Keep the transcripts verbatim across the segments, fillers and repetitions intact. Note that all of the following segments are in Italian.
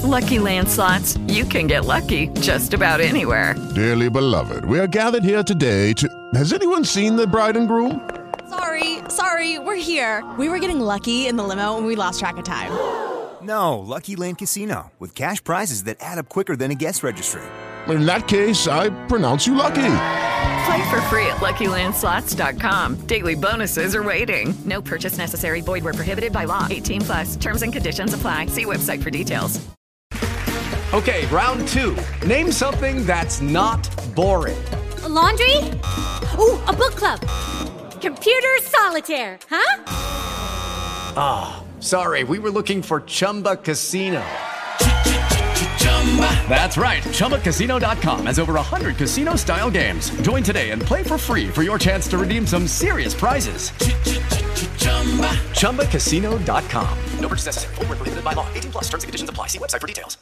Lucky Land Slots, you can get lucky just about anywhere. Dearly beloved, we are gathered here today to... Has anyone seen the bride and groom? Sorry, sorry, we're here. We were getting lucky in the limo and we lost track of time. No, Lucky Land Casino, with cash prizes that add up quicker than a guest registry. In that case, I pronounce you lucky. Play for free at Lucky Land Slots dot com. Daily bonuses are waiting. No purchase necessary. Void where prohibited by law. eighteen plus. Terms and conditions apply. See website for details. Okay, round two. Name something that's not boring. A laundry? Ooh, a book club. Computer solitaire, huh? Ah, oh, sorry. We were looking for Chumba Casino. That's right. Chumba Casino dot com has over one hundred casino-style games. Join today and play for free for your chance to redeem some serious prizes. Chumba Casino dot com. No purchase necessary. Void where prohibited by law. eighteen plus. Terms and conditions apply. See website for details.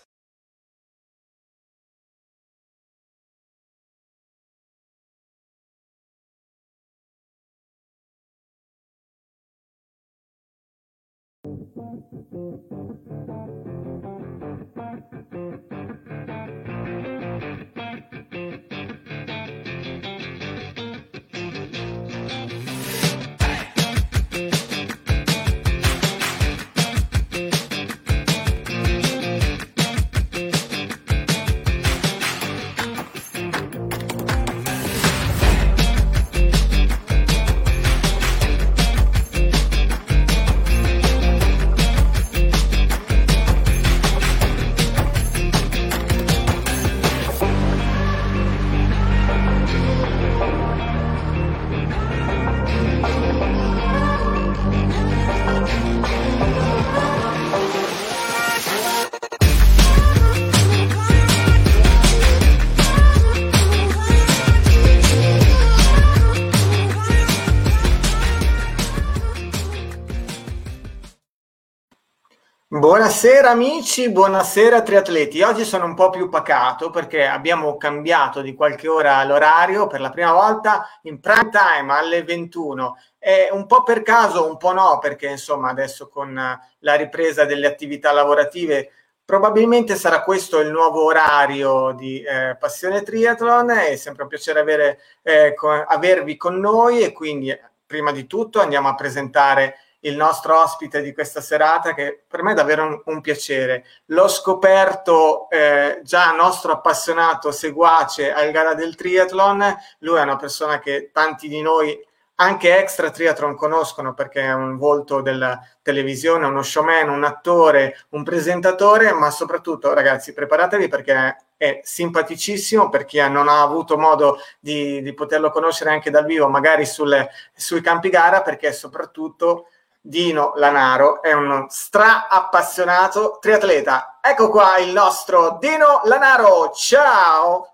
Buonasera amici, buonasera triatleti. Oggi sono un po' più pacato perché abbiamo cambiato di qualche ora l'orario per la prima volta in prime time alle ventuno. È un po' per caso, un po' no, perché insomma adesso con la ripresa delle attività lavorative probabilmente sarà questo il nuovo orario di eh, Passione Triathlon. È sempre un piacere avere, eh, co- avervi con noi e quindi prima di tutto andiamo a presentare il nostro ospite di questa serata, che per me è davvero un, un piacere. L'ho scoperto eh, già nostro appassionato seguace al Gara del Triathlon. Lui è una persona che tanti di noi, anche extra triathlon, conoscono perché è un volto della televisione, uno showman, un attore, un presentatore, ma soprattutto, ragazzi, preparatevi perché è simpaticissimo. Per chi non ha avuto modo di, di poterlo conoscere anche dal vivo, magari sulle, sui campi gara, perché soprattutto Dino Lanaro è uno stra appassionato triatleta. Ecco qua il nostro Dino Lanaro. Ciao!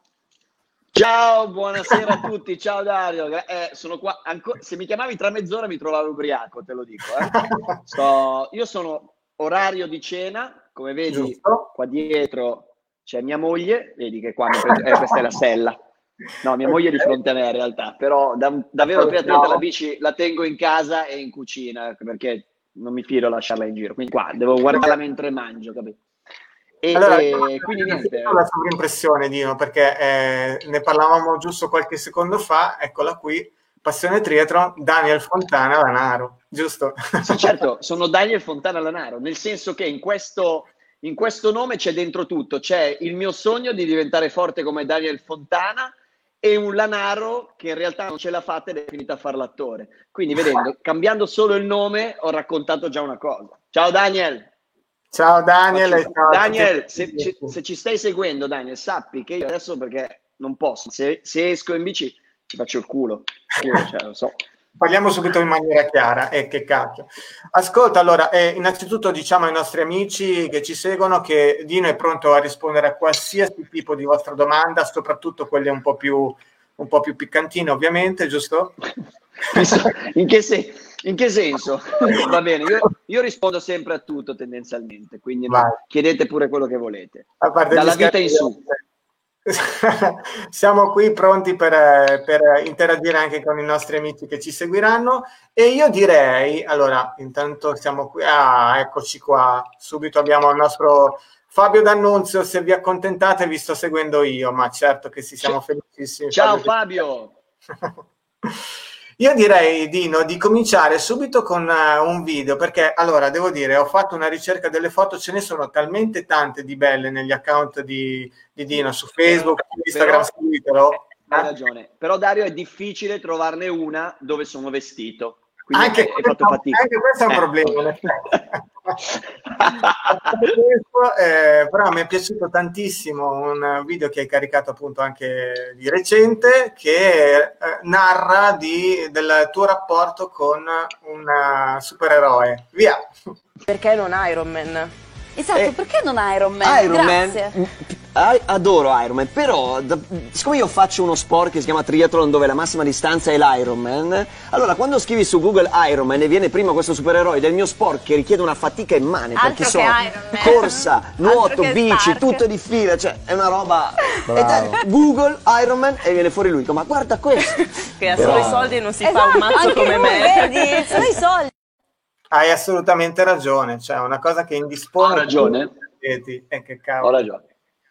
Ciao, buonasera a tutti. Ciao Dario. Eh, sono qua. Anco... Se mi chiamavi tra mezz'ora mi trovavo ubriaco, te lo dico. Eh. Sto... Io sono orario di cena, come vedi. Giusto. Qua dietro c'è mia moglie. Vedi che qua mi prendo... eh, questa è la sella. No, mia moglie è di fronte a me in realtà, però da, davvero triatleta la bici la tengo in casa e in cucina perché non mi fido a lasciarla in giro, quindi qua devo guardarla mentre mangio, capito? E, allora, e quindi niente. La sovrimpressione, Dino, perché eh, ne parlavamo giusto qualche secondo fa, eccola qui, Passione Triathlon, Daniel Fontana Lanaro, giusto? Sì, certo, sono Daniel Fontana Lanaro, nel senso che in questo... In questo nome c'è dentro tutto, c'è il mio sogno di diventare forte come Daniel Fontana e un Lanaro che in realtà non ce l'ha fatta ed è finita a fare l'attore. Quindi vedendo, cambiando solo il nome ho raccontato già una cosa. Ciao Daniel! Ciao Daniel! Ciao. Daniel, se, se ci stai seguendo Daniel, sappi che io adesso perché non posso, se, se esco in bici ti faccio il culo, io, cioè, lo so. Parliamo subito in maniera chiara, e eh, che cacchio. Ascolta, allora, eh, innanzitutto diciamo ai nostri amici che ci seguono che Dino è pronto a rispondere a qualsiasi tipo di vostra domanda, soprattutto quelle un po' più, un po' più piccantine, ovviamente, giusto? In che, se- in che senso? Va bene, io, io rispondo sempre a tutto tendenzialmente, quindi no, chiedete pure quello che volete. Dalla vita in su. Siamo qui pronti per, per interagire anche con i nostri amici che ci seguiranno e io direi, allora, intanto siamo qui, ah, eccoci qua, subito abbiamo il nostro Fabio D'Annunzio, se vi accontentate vi sto seguendo io, ma certo che sì, siamo felicissimi. Ciao Fabio! Io direi, Dino, di cominciare subito con uh, un video, perché allora devo dire, ho fatto una ricerca delle foto, ce ne sono talmente tante di belle negli account di, di Dino su Facebook, su Instagram, su Twitter. Hai ragione, però Dario è difficile trovarne una dove sono vestito. Anche, hai fatto fatica. Anche questo è un eh. problema. eh, però mi è piaciuto tantissimo un video che hai caricato appunto anche di recente, che eh, narra di, del tuo rapporto con un supereroe. Via! Perché non Iron Man? Esatto, eh, perché non Iron Man? Iron Grazie. Man, adoro Iron Man, però da, siccome io faccio uno sport che si chiama triathlon dove la massima distanza è l'Ironman, allora quando scrivi su Google Ironman e viene prima questo supereroe del mio sport che richiede una fatica immane, altro perché sono che corsa, nuoto, bici, Stark. tutto di fila, cioè è una roba. E da, Google Ironman e viene fuori lui, dico, ma guarda questo! Che ha solo i soldi e non si Esatto, fa un mazzo anche come lui, me. vedi, sono i soldi. Hai assolutamente ragione, cioè una cosa che indispone. Ho ragione. E che Ho cavolo. ragione.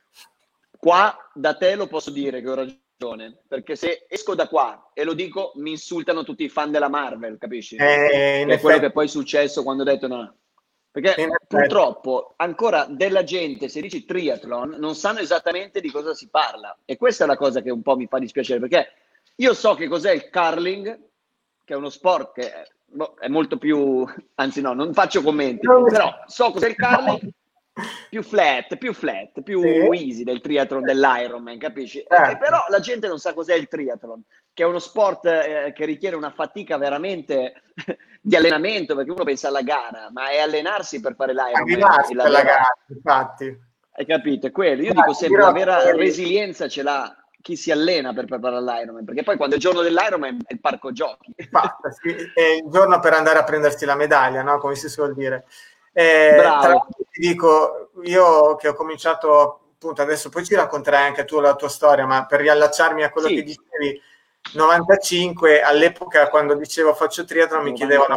Qua da te lo posso dire che ho ragione, perché se esco da qua e lo dico mi insultano tutti i fan della Marvel, capisci? Eh, che in è quello effetti... che poi è successo quando ho detto no. Perché purtroppo ancora della gente, se dici triathlon, non sanno esattamente di cosa si parla. E questa è la cosa che un po' mi fa dispiacere, perché io so che cos'è il curling, che è uno sport che è, boh, è molto più... Anzi no, non faccio commenti, però so cos'è il curling, più flat, più flat, più sì. easy del triathlon, dell'Ironman, capisci? Eh. E però la gente non sa cos'è il triathlon, che è uno sport eh, che richiede una fatica veramente di allenamento, perché uno pensa alla gara, ma è allenarsi per fare l'Ironman. La, la gara, infatti. Hai capito? È quello. Io dico sempre, la vera resilienza ce l'ha chi si allena per preparare l'Ironman, perché poi quando è il giorno dell'Ironman è il parco giochi. Infatti, sì, è il giorno per andare a prendersi la medaglia, no? Come si suol dire. Eh, tra l'altro ti dico, io che ho cominciato appunto adesso, poi ci racconterai anche tu la tua storia, ma per riallacciarmi a quello sì. che dicevi, novantacinque, all'epoca quando dicevo faccio triathlon mi chiedevano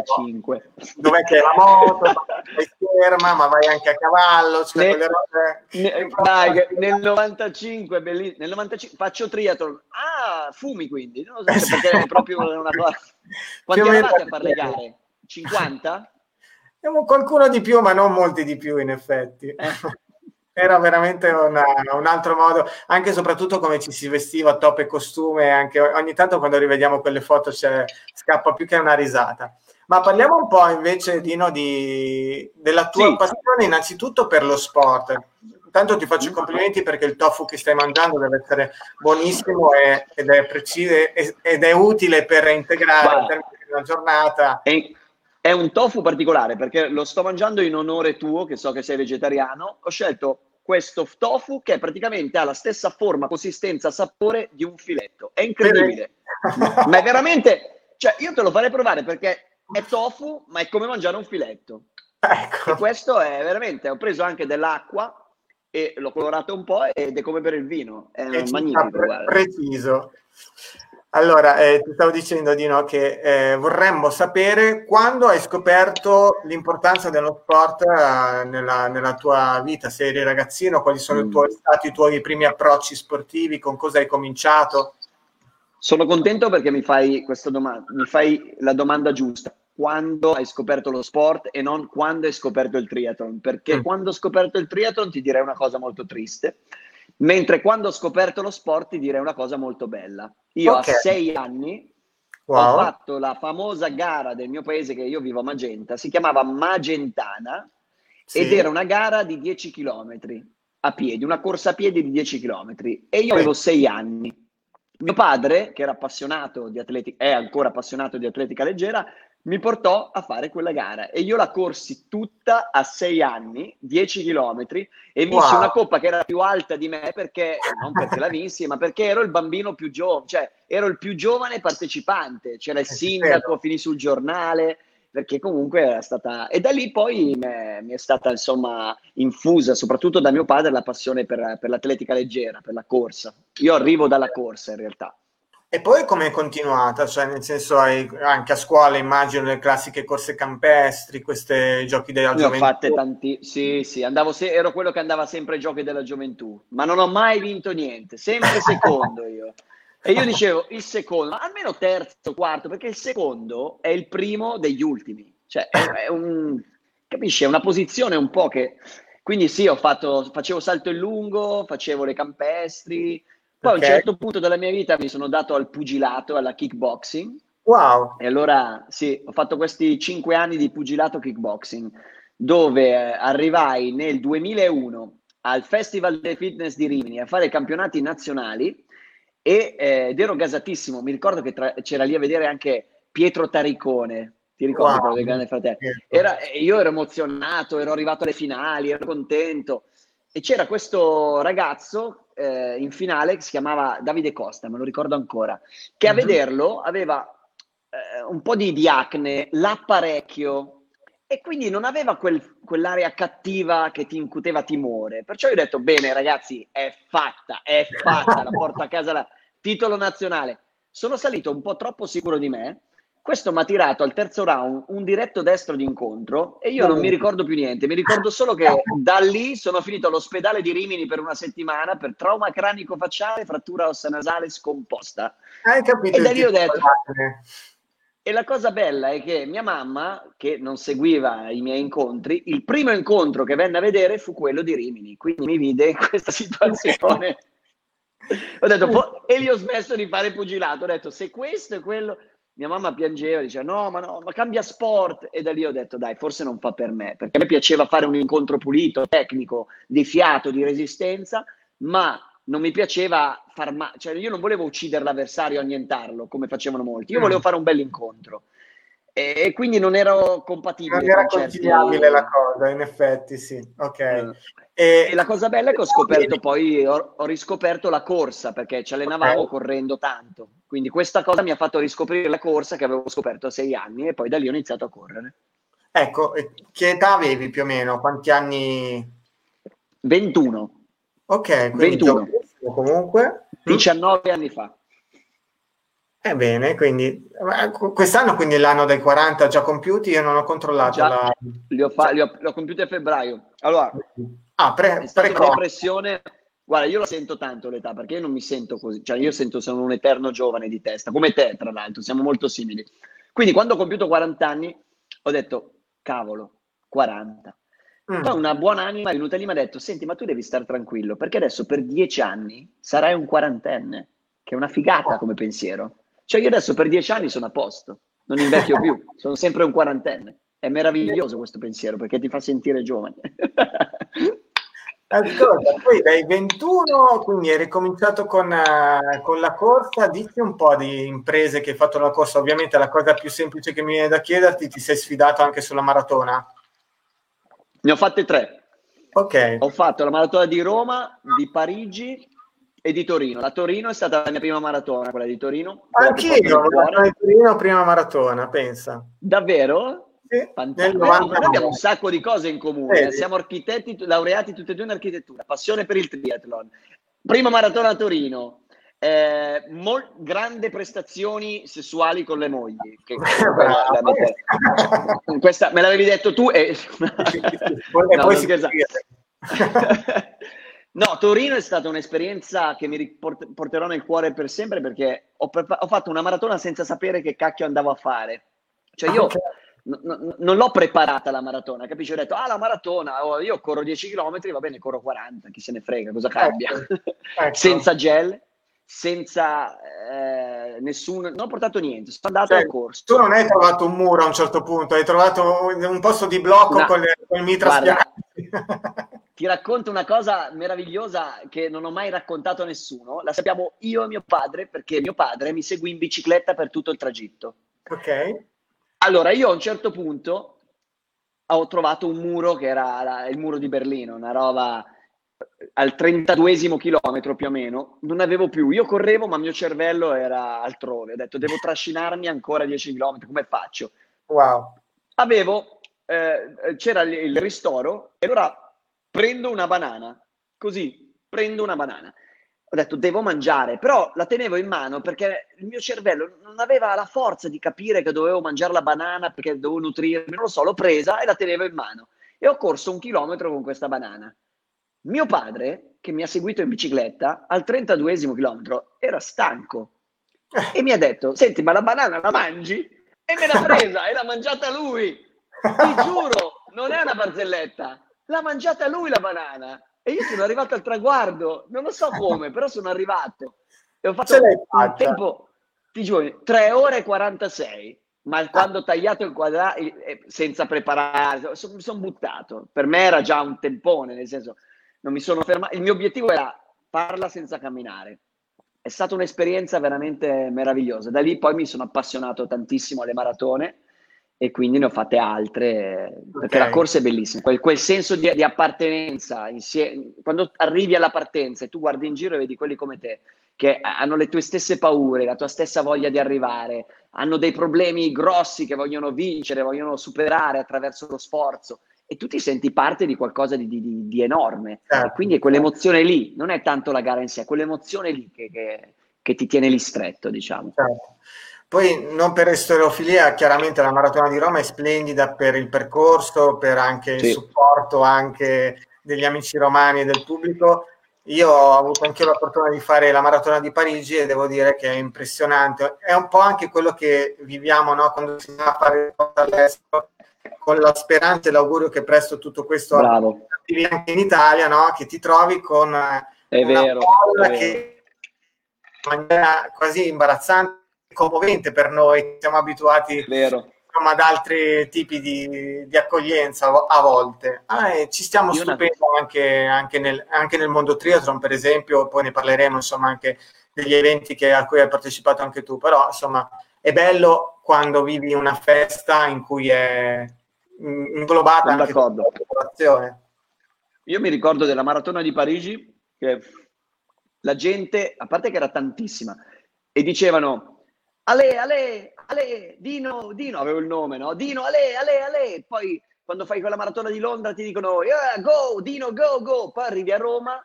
dov'è che è la moto, vai ferma, ma vai anche a cavallo, cioè ne, quelle robe... ne, dai, nel novantacinque, belli, nel novantacinque faccio triathlon, ah, fumi quindi, non so se perché è proprio una cosa... Quanti eravate a fare le gare? cinquanta? Qualcuno di più, ma non molti di più in effetti. Eh. Era veramente una, un altro modo, anche e soprattutto come ci si vestiva, top e costume, anche ogni tanto quando rivediamo quelle foto c'è, scappa più che una risata. Ma parliamo un po' invece, Dino, di, della tua sì. passione innanzitutto per lo sport. Intanto ti faccio i complimenti perché il tofu che stai mangiando deve essere buonissimo e, ed è preciso ed è utile per integrare in termini di una giornata. E... È un tofu particolare perché lo sto mangiando in onore tuo, che so che sei vegetariano. Ho scelto questo tofu che praticamente ha la stessa forma, consistenza, sapore di un filetto. È incredibile. Ma è veramente... Cioè, io te lo farei provare perché è tofu, ma è come mangiare un filetto. Ecco. E questo è veramente... Ho preso anche dell'acqua e l'ho colorato un po' ed è come per il vino. È, è magnifico. Pre- preciso. Allora, eh, ti stavo dicendo, Dino, che eh, vorremmo sapere quando hai scoperto l'importanza dello sport eh, nella, nella tua vita, se eri ragazzino, quali sono mm. i tuoi, stati i tuoi primi approcci sportivi, con cosa hai cominciato? Sono contento perché mi fai questa domanda, mi fai la domanda giusta. Quando hai scoperto lo sport e non quando hai scoperto il triathlon, perché mm. quando ho scoperto il triathlon ti direi una cosa molto triste. Mentre quando ho scoperto lo sport ti direi una cosa molto bella. Io okay. a sei anni wow. ho fatto la famosa gara del mio paese, che io vivo a Magenta, si chiamava Magentana sì. ed era una gara di dieci chilometri a piedi, una corsa a piedi di dieci chilometri e io avevo sei anni. Mio padre, che era appassionato di atletica, è ancora appassionato di atletica leggera, mi portò a fare quella gara e io la corsi tutta a sei anni, dieci chilometri, e vinsi wow. una coppa che era più alta di me, perché non perché la vinsi, ma perché ero il bambino più giovane, cioè ero il più giovane partecipante, c'era il sindaco, finì sul giornale, perché comunque era stata... E da lì poi mi è stata insomma infusa, soprattutto da mio padre, la passione per, per l'atletica leggera, per la corsa. Io arrivo dalla corsa in realtà. E poi come è continuata? Cioè, nel senso, hai, anche a scuola immagino le classiche corse campestri, questi giochi della Ne ho gioventù. fatte tanti, sì, sì, andavo se- ero quello che andava sempre ai giochi della gioventù, ma non ho mai vinto niente, sempre secondo io. E io dicevo, il secondo, almeno terzo, quarto, perché il secondo è il primo degli ultimi. Cioè, è, è un, capisci? È una posizione un po' che... Quindi sì, ho fatto, facevo salto in lungo, facevo le campestri, poi a un Ok. certo punto della mia vita mi sono dato al pugilato, alla kickboxing. Wow. E allora sì, ho fatto questi cinque anni di pugilato kickboxing, dove eh, arrivai nel duemilauno al Festival del Fitness di Rimini a fare campionati nazionali e, eh, ed ero gasatissimo. Mi ricordo che tra- c'era lì a vedere anche Pietro Taricone, ti ricordi Wow. quello del Grande Fratello? Certo. Era, io ero emozionato, ero arrivato alle finali, ero contento. E c'era questo ragazzo eh, in finale che si chiamava Davide Costa, me lo ricordo ancora, che a Mhm. vederlo aveva eh, un po' di, di acne, l'apparecchio, e quindi non aveva quel- quell'area cattiva che ti incuteva timore. Perciò io ho detto, bene ragazzi, è fatta, è fatta, la porto a casa, la titolo nazionale. Sono salito un po' troppo sicuro di me. Questo mi ha tirato al terzo round un diretto destro di incontro e io non mi ricordo più niente. Mi ricordo solo che da lì sono finito all'ospedale di Rimini per una settimana per trauma cranico facciale, frattura ossa nasale scomposta. Hai capito E da il lì ho tipo detto... dell'acne? E la cosa bella è che mia mamma, che non seguiva i miei incontri, il primo incontro che venne a vedere fu quello di Rimini, quindi mi vide in questa situazione. Ho detto, po- e lì ho smesso di fare pugilato. Ho detto, se questo è quello... Mia mamma piangeva, diceva, no, ma no, ma cambia sport. E da lì ho detto, dai, forse non fa per me, perché a me piaceva fare un incontro pulito, tecnico, di fiato, di resistenza, ma non mi piaceva far male, cioè io non volevo uccidere l'avversario, annientarlo, come facevano molti. Io volevo fare un bel incontro. E, e quindi non ero compatibile Non era con certi... conciliabile la cosa, in effetti, sì. Ok. Eh. E, E la cosa bella è che ho scoperto poi, ho, ho riscoperto la corsa, perché ci allenavamo Ok. correndo tanto. Quindi questa cosa mi ha fatto riscoprire la corsa che avevo scoperto a sei anni e poi da lì ho iniziato a correre. Ecco, e che età avevi più o meno? Quanti anni? ventuno. Ok, quindi ventuno. giovanissimo comunque. diciannove anni fa. Ebbene, quindi ma quest'anno quindi è l'anno dei quaranta già compiuti, io non ho controllato Già, la... li ho, fa- li ho, li ho compiuti a febbraio. Allora, Ah, pre, è stata precoce. un'impressione. Guarda, io la sento tanto l'età, perché io non mi sento così, cioè io sento sono un eterno giovane di testa, come te tra l'altro, siamo molto simili. Quindi quando ho compiuto quaranta anni ho detto, cavolo, quaranta. Mm. Poi una buona anima è venuta lì e mi ha detto, senti, ma tu devi stare tranquillo, perché adesso per dieci anni sarai un quarantenne, che è una figata come pensiero. Cioè io adesso per dieci anni sono a posto, non invecchio più, sono sempre un quarantenne. È meraviglioso questo pensiero, perché ti fa sentire giovane. Ascolta, poi dai ventuno, quindi hai ricominciato con, eh, con la corsa, dici un po' di imprese che hai fatto la corsa, ovviamente la cosa più semplice che mi viene da chiederti, ti sei sfidato anche sulla maratona? Ne ho fatte tre. Ok. Ho fatto la maratona di Roma, di Parigi e di Torino. La Torino è stata la mia prima maratona, quella di Torino. quella che porto Anch'io, nel cuore. maratona di Torino, prima maratona, pensa. Davvero? Sì, Fantastico. nel Noi noi novantanove. abbiamo un sacco di cose in comune. Vedi? Siamo architetti, laureati tutti e due in architettura, passione per il triathlon. Prima maratona a Torino. Eh, mol- grandi prestazioni sessuali con le mogli. Che, quella è la mia te- questa me l'avevi detto tu e... E No, poi non si scherzo. scrive. No, Torino è stata un'esperienza che mi riport- porterò nel cuore per sempre, perché ho, prepa- ho fatto una maratona senza sapere che cacchio andavo a fare. Cioè io Ok. n- n- non l'ho preparata la maratona, capisci? Ho detto, ah, la maratona, oh, io corro dieci chilometri, va bene, corro quaranta, chi se ne frega, cosa cambia? Ecco, ecco. Senza gel, senza eh, nessun... Non ho portato niente, sono andato Cioè, al corso. tu non hai trovato un muro a un certo punto, hai trovato un, un posto di blocco Una- con, le, con il mitra Guarda, spianato. ti racconto una cosa meravigliosa che non ho mai raccontato a nessuno. La sappiamo io e mio padre, perché mio padre mi seguì in bicicletta per tutto il tragitto. Ok. Allora, io a un certo punto ho trovato un muro che era la- il muro di Berlino, una roba al trentaduesimo chilometro più o meno. Non avevo più, io correvo, ma il mio cervello era altrove. Ho detto, devo trascinarmi ancora dieci chilometri, come faccio? Wow. Avevo, eh, c'era il, il ristoro, e allora prendo una banana, così, prendo una banana. ho detto devo mangiare, però la tenevo in mano perché il mio cervello non aveva la forza di capire che dovevo mangiare la banana perché dovevo nutrirmi, non lo so, l'ho presa e la tenevo in mano e ho corso un chilometro con questa banana. Mio padre, che mi ha seguito in bicicletta, al trentaduesimo chilometro era stanco e mi ha detto, senti, ma la banana la mangi? E me l'ha presa e l'ha mangiata lui, ti giuro, non è una barzelletta, l'ha mangiata lui la banana. E io sono arrivato al traguardo, non lo so come, però sono arrivato. E ho fatto un tempo, ti giuro, tre ore e quarantasei. Ma quando ho tagliato il quadrato, senza preparare, mi sono buttato. Per me era già un tempone, nel senso, non mi sono fermato. Il mio obiettivo era farla senza camminare. È stata un'esperienza veramente meravigliosa. Da lì poi mi sono appassionato tantissimo alle maratone. E quindi ne ho fatte altre, perché okay. La corsa è bellissima, quel, quel senso di, di appartenenza, insieme, quando arrivi alla partenza e tu guardi in giro e vedi quelli come te, che hanno le tue stesse paure, la tua stessa voglia di arrivare, hanno dei problemi grossi che vogliono vincere, vogliono superare attraverso lo sforzo, e tu ti senti parte di qualcosa di, di, di enorme, certo. E quindi è quell'emozione lì, non è tanto la gara in sé, è quell'emozione lì che, che, che ti tiene lì stretto, diciamo. Certo. Poi non per storilofilia, chiaramente la Maratona di Roma è splendida per il percorso, per anche sì. Il supporto anche degli amici romani e del pubblico. Io ho avuto anche la fortuna di fare la Maratona di Parigi e devo dire che è impressionante. È un po' anche quello che viviamo, no? Quando si va a fare all'estero, con la speranza e l'augurio che presto tutto questo arrivi anche in Italia, no? Che ti trovi con è una vero, bolla è che in maniera quasi imbarazzante, commovente per noi, siamo abituati insomma, ad altri tipi di, di accoglienza a volte. Ah, e ci stiamo Io stupendo una... anche, anche, nel, anche nel mondo triathlon, per esempio, poi ne parleremo insomma anche degli eventi che, a cui hai partecipato anche tu, però insomma è bello quando vivi una festa in cui è inglobata Sono anche tutta la popolazione. Io mi ricordo della Maratona di Parigi che la gente, a parte che era tantissima, e dicevano Ale, Ale, Ale, Dino, Dino, avevo il nome, no? Dino, Ale, Ale, Ale. Poi quando fai quella maratona di Londra ti dicono yeah, go, Dino, go, go. Poi arrivi a Roma,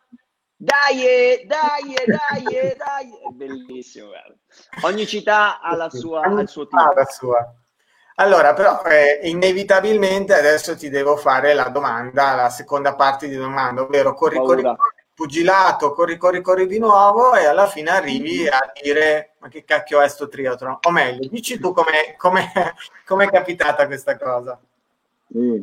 dai, dai, dai, dai. È bellissimo, guarda. Ogni città ha la sua, ha il suo tipo. La sua. Allora, però, eh, inevitabilmente adesso ti devo fare la domanda, la seconda parte di domanda, ovvero corri, corri, corri, pugilato, corri, corri, corri di nuovo e alla fine arrivi a dire ma che cacchio è sto triathlon? O meglio, dici tu com'è, com'è, com'è capitata questa cosa? Mm.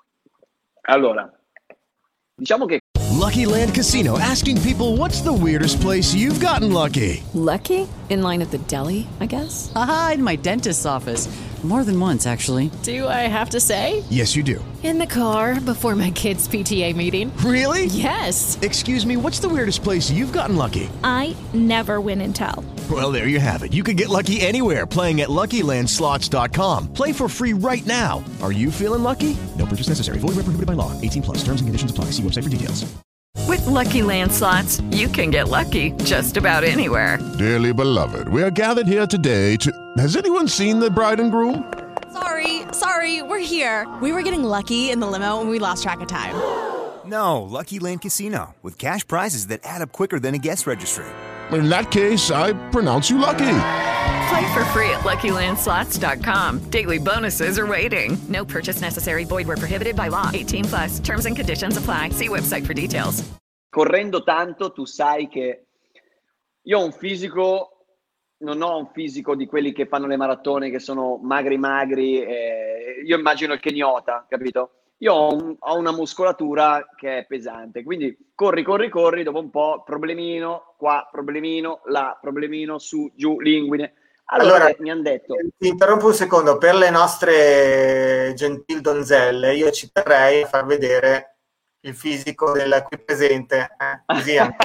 Allora, diciamo che Lucky Land Casino, asking people what's the weirdest place you've gotten lucky? Lucky? In line at the deli, I guess? Aha, in my dentist's office. More than once, actually. Do I have to say? Yes, you do. In the car before my kids' P T A meeting. Really? Yes. Excuse me, what's the weirdest place you've gotten lucky? I never win and tell. Well, there you have it. You can get lucky anywhere, playing at Lucky Land Slots dot com. Play for free right now. Are you feeling lucky? No purchase necessary. Void where prohibited by law. eighteen plus. Terms and conditions apply. See website for details. With Lucky Land Slots, you can get lucky just about anywhere. Dearly beloved, we are gathered here today to... Has anyone seen the bride and groom? Sorry, sorry, we're here. We were getting lucky in the limo and we lost track of time. No, Lucky Land Casino, with cash prizes that add up quicker than a guest registry. In that case, I pronounce you lucky. Play for free at Lucky Land Slots dot com. Daily bonuses are waiting. No purchase necessary. Void where prohibited by law. eighteen plus. Terms and conditions apply. See website for details. Correndo tanto, tu sai che io ho un fisico, non ho un fisico di quelli che fanno le maratone, che sono magri magri. Eh, io immagino il kenyota, capito? Io ho, un, ho una muscolatura che è pesante, quindi corri, corri, corri, dopo un po' problemino, qua problemino, là problemino, su, giù, linguine. Allora, allora mi hanno detto... Ti interrompo un secondo, per le nostre gentil donzelle, io ci terrei a far vedere il fisico del qui presente, eh? Così anche,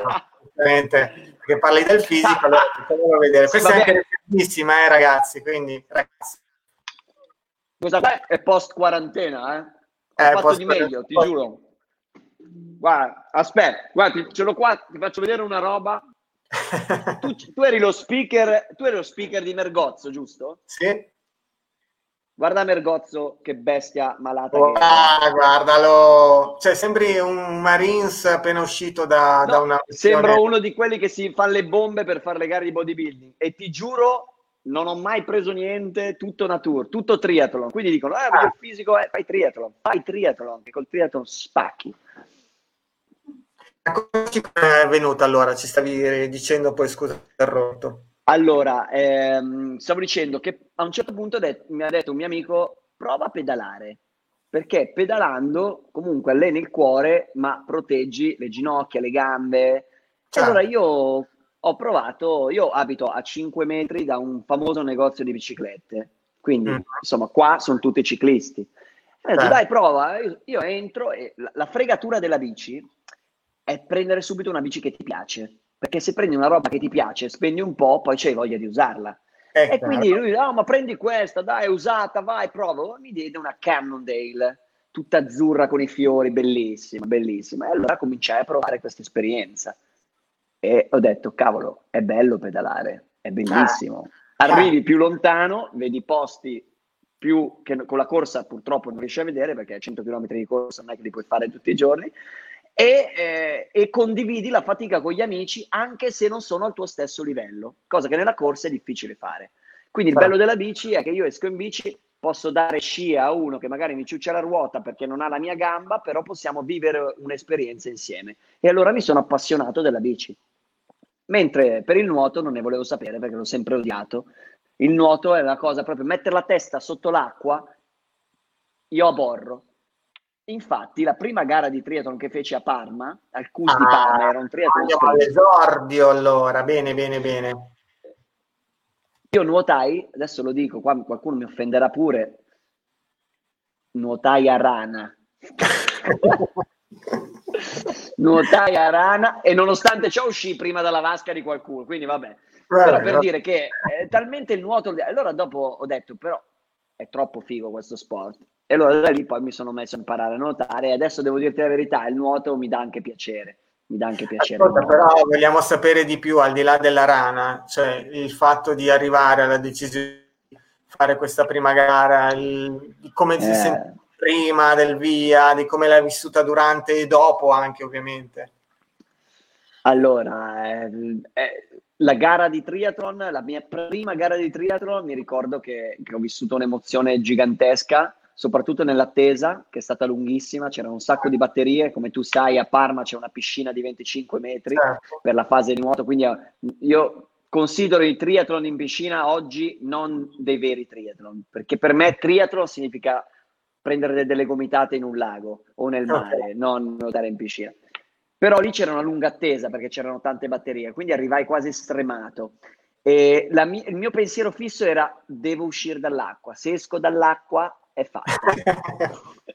perché parli del fisico, allora facciamolo vedere. Questa è anche bellissima, eh, ragazzi, quindi ragazzi. Questa qua è post quarantena, eh? Ho eh, fatto di meglio, ti giuro. Guarda, aspetta, guarda, ce l'ho qua, ti faccio vedere una roba. tu, tu eri lo speaker, tu eri lo speaker di Mergozzo, giusto? Sì. Guarda Mergozzo, che bestia malata Oh, che è. ah, guardalo, cioè sembri un Marines appena uscito da, da No, una sembra missione. uno di quelli che si fa le bombe per fare le gare di bodybuilding e ti giuro non ho mai preso niente, tutto nature, tutto triathlon. Quindi dicono, eh, voglio il fisico, eh, fai triathlon, fai triathlon, che col triathlon spacchi. Come è venuta allora? Ci stavi dicendo poi, scusa, ti ho interrotto. Allora, ehm, stavo dicendo che a un certo punto det- mi ha detto un mio amico, prova a pedalare, perché pedalando comunque alleni il cuore, ma proteggi le ginocchia, le gambe. E Certo. allora io ho provato, io abito a cinque metri da un famoso negozio di biciclette, quindi Mm. insomma qua sono tutti ciclisti. E ho detto, Certo. dai, prova, io, io entro e la, la fregatura della bici è prendere subito una bici che ti piace. Perché se prendi una roba che ti piace, spendi un po', poi c'hai voglia di usarla. È E chiaro. quindi lui, ah, ma prendi questa, dai, è usata, vai, prova. Mi diede una Cannondale, tutta azzurra con i fiori, bellissima, bellissima. E allora cominciai a provare questa esperienza. E ho detto, cavolo, è bello pedalare, è bellissimo. Arrivi più lontano, vedi posti più che con la corsa purtroppo non riesci a vedere, perché cento chilometri di corsa non è che li puoi fare tutti i giorni. E, eh, e condividi la fatica con gli amici anche se non sono al tuo stesso livello, cosa che nella corsa è difficile fare. Quindi il Certo. bello della bici è che io esco in bici, posso dare scia a uno che magari mi ciuccia la ruota perché non ha la mia gamba, però possiamo vivere un'esperienza insieme. E allora mi sono appassionato della bici. Mentre per il nuoto non ne volevo sapere perché l'ho sempre odiato. Il nuoto è una cosa proprio, mettere la testa sotto l'acqua, io aborro. Infatti, la prima gara di triathlon che feci a Parma, al C U S di Parma, era un triathlon Andiamo sprint. all'esordio allora, bene, bene, bene. Io nuotai, adesso lo dico, qua qualcuno mi offenderà pure, nuotai a rana. Nuotai a rana e nonostante ciò uscì prima dalla vasca di qualcuno, quindi vabbè. Vabbè, Però per vabbè. dire che è talmente il nuoto, allora dopo ho detto però è troppo figo questo sport. E allora da lì poi mi sono messo a imparare a nuotare e adesso devo dirti la verità, il nuoto mi dà anche piacere, mi dà anche piacere. il Ascolta, nuoto. però vogliamo sapere di più al di là della rana, cioè il fatto di arrivare alla decisione di fare questa prima gara, il, di come ti Eh. senti prima del via, di come l'hai vissuta durante e dopo anche ovviamente. Allora, eh, eh, la gara di triathlon, la mia prima gara di triathlon, mi ricordo che, che ho vissuto un'emozione gigantesca, soprattutto nell'attesa, che è stata lunghissima, c'erano un sacco di batterie, come tu sai a Parma c'è una piscina di venticinque metri Certo. per la fase di nuoto, quindi eh, io considero i triathlon in piscina oggi non dei veri triathlon, perché per me triathlon significa prendere delle gomitate in un lago o nel mare, non nuotare in piscina. Però lì c'era una lunga attesa perché c'erano tante batterie, quindi arrivai quasi stremato. E la mi- il mio pensiero fisso era: devo uscire dall'acqua. Se esco dall'acqua è fatta.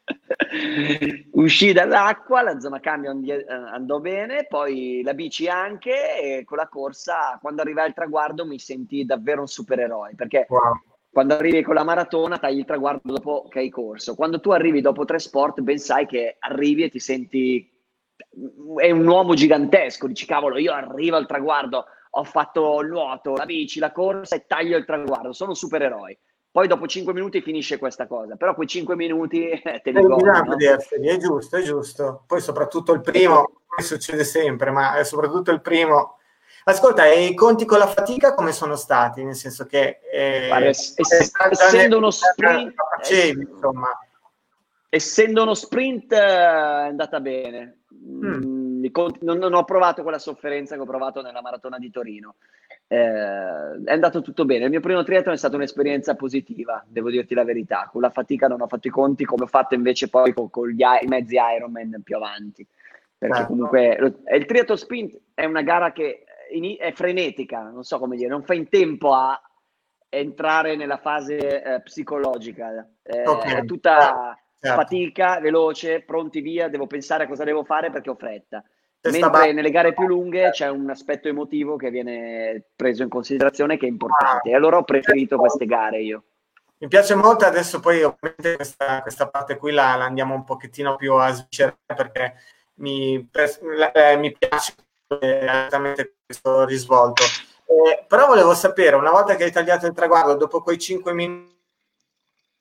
Uscì dall'acqua, la zona cambio andi- andò bene, poi la bici anche, e con la corsa, quando arrivai al traguardo, mi sentii davvero un supereroe, perché Wow. quando arrivi con la maratona tagli il traguardo dopo che hai corso. Quando tu arrivi dopo tre sport, ben sai che arrivi e ti senti... è un uomo gigantesco, dici cavolo, io arrivo al traguardo, ho fatto il nuoto, la bici, la corsa e taglio il traguardo, sono un supereroe. Poi dopo cinque minuti finisce questa cosa, però quei cinque minuti eh, te li Eh, godi, bisogna no? vederseli, è giusto, è giusto. Poi soprattutto il primo, poi succede sempre, ma è soprattutto il primo. Ascolta, e i conti con la fatica come sono stati? Nel senso che eh, Guarda, es- es- eh, essendo uno la sprint, facevi, insomma. essendo uno sprint eh, è andata bene. Mm, i conti- non, non ho provato quella sofferenza che ho provato nella maratona di Torino. Eh, è andato tutto bene. Il mio primo triathlon è stata un'esperienza positiva, devo dirti la verità. Con la fatica non ho fatto i conti come ho fatto invece poi con, con gli i- i mezzi Ironman più avanti. Perché Certo. comunque lo- il triathlon sprint è una gara che ini- è frenetica, non so come dire, non fa in tempo a entrare nella fase eh, psicologica. Eh, Ok. È tutta Certo. fatica, veloce, pronti via, devo pensare a cosa devo fare perché ho fretta. Questa Mentre ba- nelle gare più lunghe c'è un aspetto emotivo che viene preso in considerazione, che è importante. E allora ho preferito queste gare io. Mi piace molto, adesso poi ovviamente questa, questa parte qui la, la andiamo un pochettino più a sviscerare perché mi, eh, mi piace esattamente questo risvolto. Eh, però volevo sapere, una volta che hai tagliato il traguardo, dopo quei cinque minuti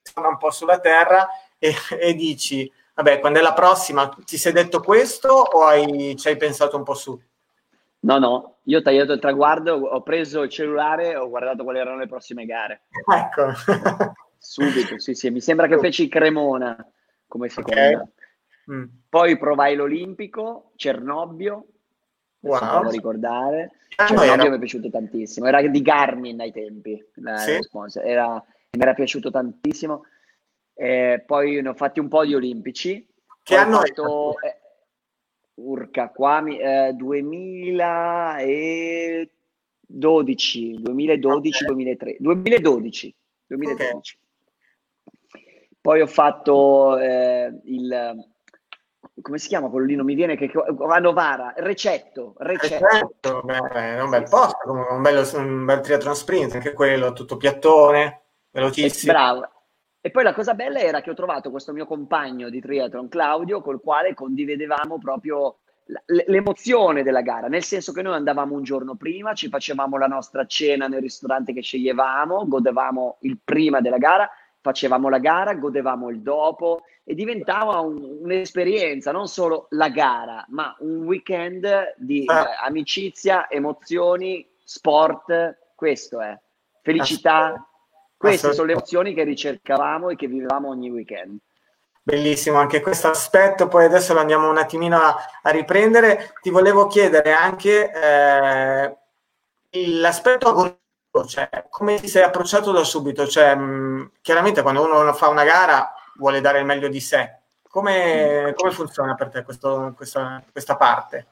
torna un po' sulla terra e, e dici, vabbè, quando è la prossima, ti sei detto questo o hai, ci hai pensato un po' su? No, no, io ho tagliato il traguardo, ho preso il cellulare e ho guardato quali erano le prossime gare. Ecco. Subito, sì, sì, mi sembra che feci Cremona come seconda. Okay. Mm. Poi provai l'Olimpico, Cernobbio, wow. se devo ricordare. Ah, Cernobbio era... mi è piaciuto tantissimo, era di Garmin ai tempi, la, sì? la sponsor. Era, mi era piaciuto tantissimo. Eh, poi ne ho fatti un po' di Olimpici. Che poi anno ho fatto... Eh, Urca, qua mi, eh, duemiladodici, duemiladodici, okay. duemilatredici, duemiladodici, duemiladodici. Okay. Poi ho fatto eh, il, come si chiama quello lì? Non mi viene, che a Novara, Recetto, Recetto. Recetto, beh, è un bel posto, comunque, un, bello, un bel triathlon sprint, anche quello, tutto piattone, velocissimo. E, bravo. E poi la cosa bella era che ho trovato questo mio compagno di triathlon, Claudio, col quale condividevamo proprio l'emozione della gara, nel senso che noi andavamo un giorno prima, ci facevamo la nostra cena nel ristorante che sceglievamo, godevamo il prima della gara, facevamo la gara, godevamo il dopo e diventava un, un'esperienza, non solo la gara, ma un weekend di eh, amicizia, emozioni, sport, questo è, felicità. Queste sono le emozioni che ricercavamo e che vivevamo ogni weekend. Bellissimo anche questo aspetto, poi adesso lo andiamo un attimino a, a riprendere. Ti volevo chiedere anche eh, l'aspetto agonistico, cioè come ti sei approcciato da subito? Cioè, mh, chiaramente quando uno fa una gara vuole dare il meglio di sé. Come, come funziona per te questo, questa, questa parte?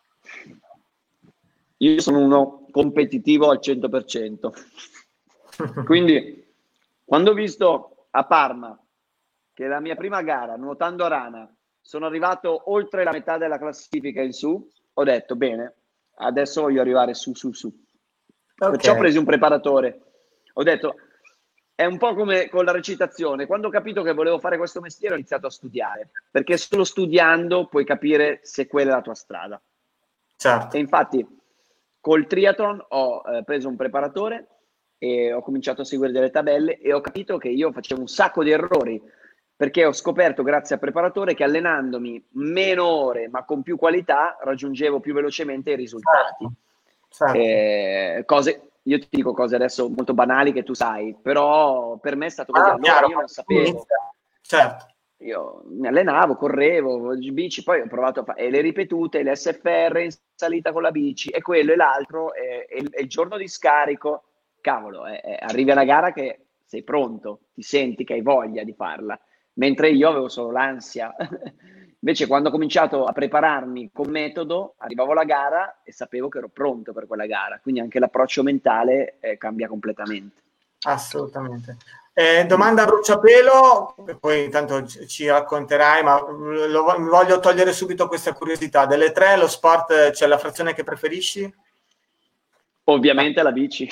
Io sono uno competitivo al cento per cento. Quindi, quando ho visto a Parma che la mia prima gara, nuotando a rana, sono arrivato oltre la metà della classifica in su, ho detto, bene, adesso voglio arrivare su, su, su. Okay. Perciò ho preso un preparatore. Ho detto, è un po' come con la recitazione. Quando ho capito che volevo fare questo mestiere, ho iniziato a studiare, perché solo studiando puoi capire se quella è la tua strada. Certo. E infatti, col triathlon ho eh, preso un preparatore e ho cominciato a seguire delle tabelle e ho capito che io facevo un sacco di errori, perché ho scoperto grazie al preparatore che allenandomi meno ore ma con più qualità raggiungevo più velocemente i risultati. Certo. Eh, cose, io ti dico cose adesso molto banali che tu sai, però per me è stato così. Ah, allora chiaro, io non sapevo. Certo. Io mi allenavo, correvo, bici, poi ho provato a fare le ripetute, le S F R in salita con la bici e quello e l'altro e, e, e il giorno di scarico, cavolo, eh, eh, arrivi alla gara che sei pronto, ti senti che hai voglia di farla, mentre io avevo solo l'ansia. Invece quando ho cominciato a prepararmi con metodo, arrivavo alla gara e sapevo che ero pronto per quella gara, quindi anche l'approccio mentale eh, cambia completamente. Assolutamente. Eh, domanda a bruciapelo, poi intanto ci racconterai, ma lo, mi voglio togliere subito questa curiosità. Delle tre, lo sport, c'è la frazione che preferisci? Ovviamente ah. la bici.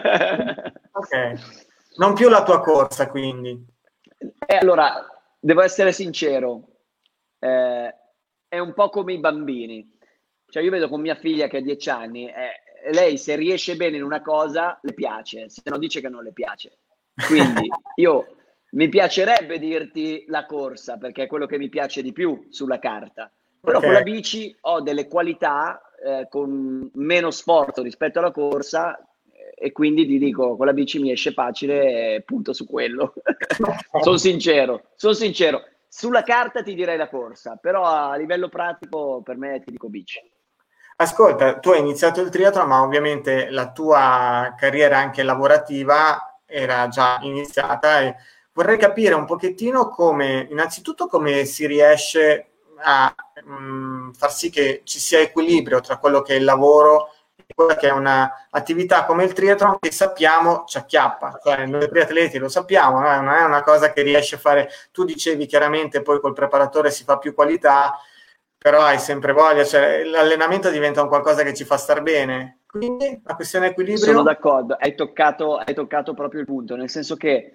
Ok. Non più la tua corsa, quindi. Eh, allora, devo essere sincero, eh, è un po' come i bambini. Cioè io vedo con mia figlia che ha dieci anni, eh, lei se riesce bene in una cosa le piace, se no dice che non le piace. Quindi io mi piacerebbe dirti la corsa perché è quello che mi piace di più sulla carta, però okay. con la bici ho delle qualità eh, con meno sforzo rispetto alla corsa eh, e quindi ti dico con la bici mi esce facile e punto su quello. Sono sincero, sono sincero. Sulla carta ti direi la corsa, però a livello pratico per me ti dico bici. Ascolta, tu hai iniziato il triathlon, ma ovviamente la tua carriera anche lavorativa era già iniziata e vorrei capire un pochettino come, innanzitutto come si riesce a mh, far sì che ci sia equilibrio tra quello che è il lavoro e quella che è un'attività come il triathlon che sappiamo ci acchiappa, cioè noi triatleti lo sappiamo, no? Non è una cosa che riesci a fare, tu dicevi chiaramente poi col preparatore si fa più qualità, però hai sempre voglia, cioè l'allenamento diventa un qualcosa che ci fa star bene. Quindi la questione equilibrio. Sono d'accordo, hai toccato, hai toccato proprio il punto, nel senso che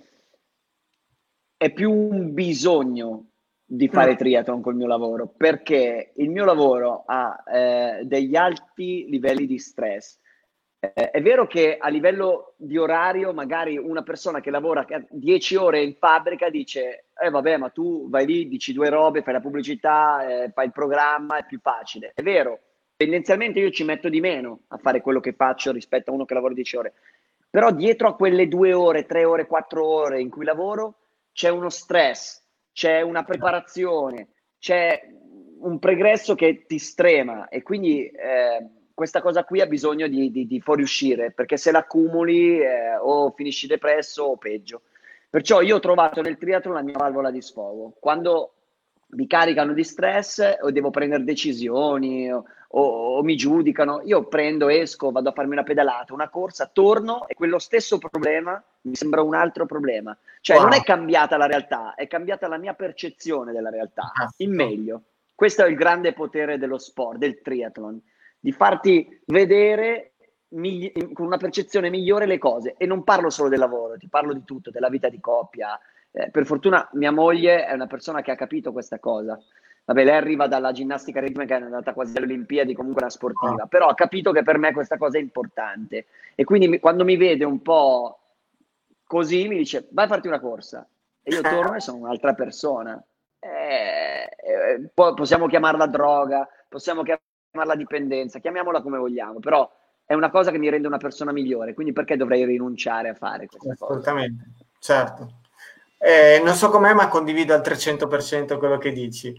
è più un bisogno di fare mm. triathlon col mio lavoro, perché il mio lavoro ha eh, degli alti livelli di stress. Eh, è vero che a livello di orario, magari una persona che lavora dieci ore in fabbrica dice eh vabbè, ma tu vai lì, dici due robe, fai la pubblicità, eh, fai il programma, è più facile. È vero, tendenzialmente io ci metto di meno a fare quello che faccio rispetto a uno che lavora dieci ore. Però dietro a quelle due ore, tre ore, quattro ore in cui lavoro c'è uno stress, c'è una preparazione, c'è un pregresso che ti strema e quindi eh, questa cosa qui ha bisogno di, di, di fuoriuscire, perché se l'accumuli eh, o finisci depresso o peggio. Perciò io ho trovato nel triathlon la mia valvola di sfogo. Quando mi caricano di stress o devo prendere decisioni o, o, o mi giudicano, io prendo, esco, vado a farmi una pedalata, una corsa, torno e quello stesso problema mi sembra un altro problema. Cioè wow. Non è cambiata la realtà, è cambiata la mia percezione della realtà, in meglio. Questo è il grande potere dello sport, del triathlon, di farti vedere migli- con una percezione migliore le cose. E non parlo solo del lavoro, ti parlo di tutto, della vita di coppia. Eh, per fortuna mia moglie è una persona che ha capito questa cosa. Vabbè, lei arriva dalla ginnastica ritmica, è andata quasi alle Olimpiadi, comunque una sportiva, però ha capito che per me questa cosa è importante. E quindi mi, quando mi vede un po' così, mi dice vai a farti una corsa. E io torno e sono un'altra persona. Eh, eh, possiamo chiamarla droga, possiamo chiamarla dipendenza, chiamiamola come vogliamo, però è una cosa che mi rende una persona migliore, quindi perché dovrei rinunciare a fare questa Assolutamente, cosa? Certo. Eh, non so com'è, ma condivido al trecento per cento quello che dici.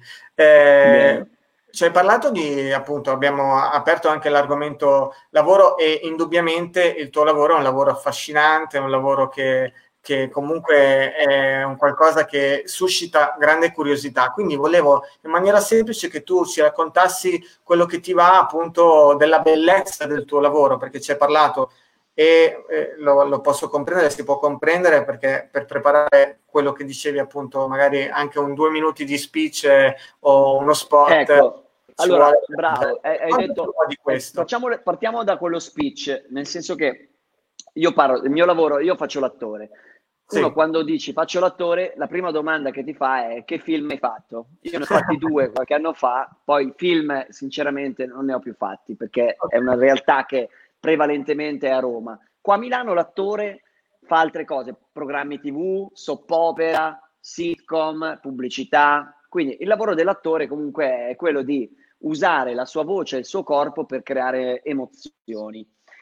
Eh, ci hai parlato di, appunto, abbiamo aperto anche l'argomento lavoro e indubbiamente il tuo lavoro è un lavoro affascinante, è un lavoro che che comunque è un qualcosa che suscita grande curiosità, quindi volevo in maniera semplice che tu ci raccontassi quello che ti va appunto della bellezza del tuo lavoro, perché ci hai parlato e eh, lo, lo posso comprendere, si può comprendere, perché per preparare quello che dicevi appunto magari anche un due minuti di speech eh, o uno spot. Ecco, allora vuole... bravo, hai, hai detto di questo. Facciamo, partiamo da quello speech, nel senso che io parlo del mio lavoro, io faccio l'attore. Uno sì. Quando dici faccio l'attore, la prima domanda che ti fa è che film hai fatto? Io ne ho fatti due qualche anno fa, poi film sinceramente non ne ho più fatti perché è una realtà che prevalentemente è a Roma. Qua a Milano l'attore fa altre cose, programmi tivù, soap opera, sitcom, pubblicità, quindi il lavoro dell'attore comunque è quello di usare la sua voce e il suo corpo per creare emozioni.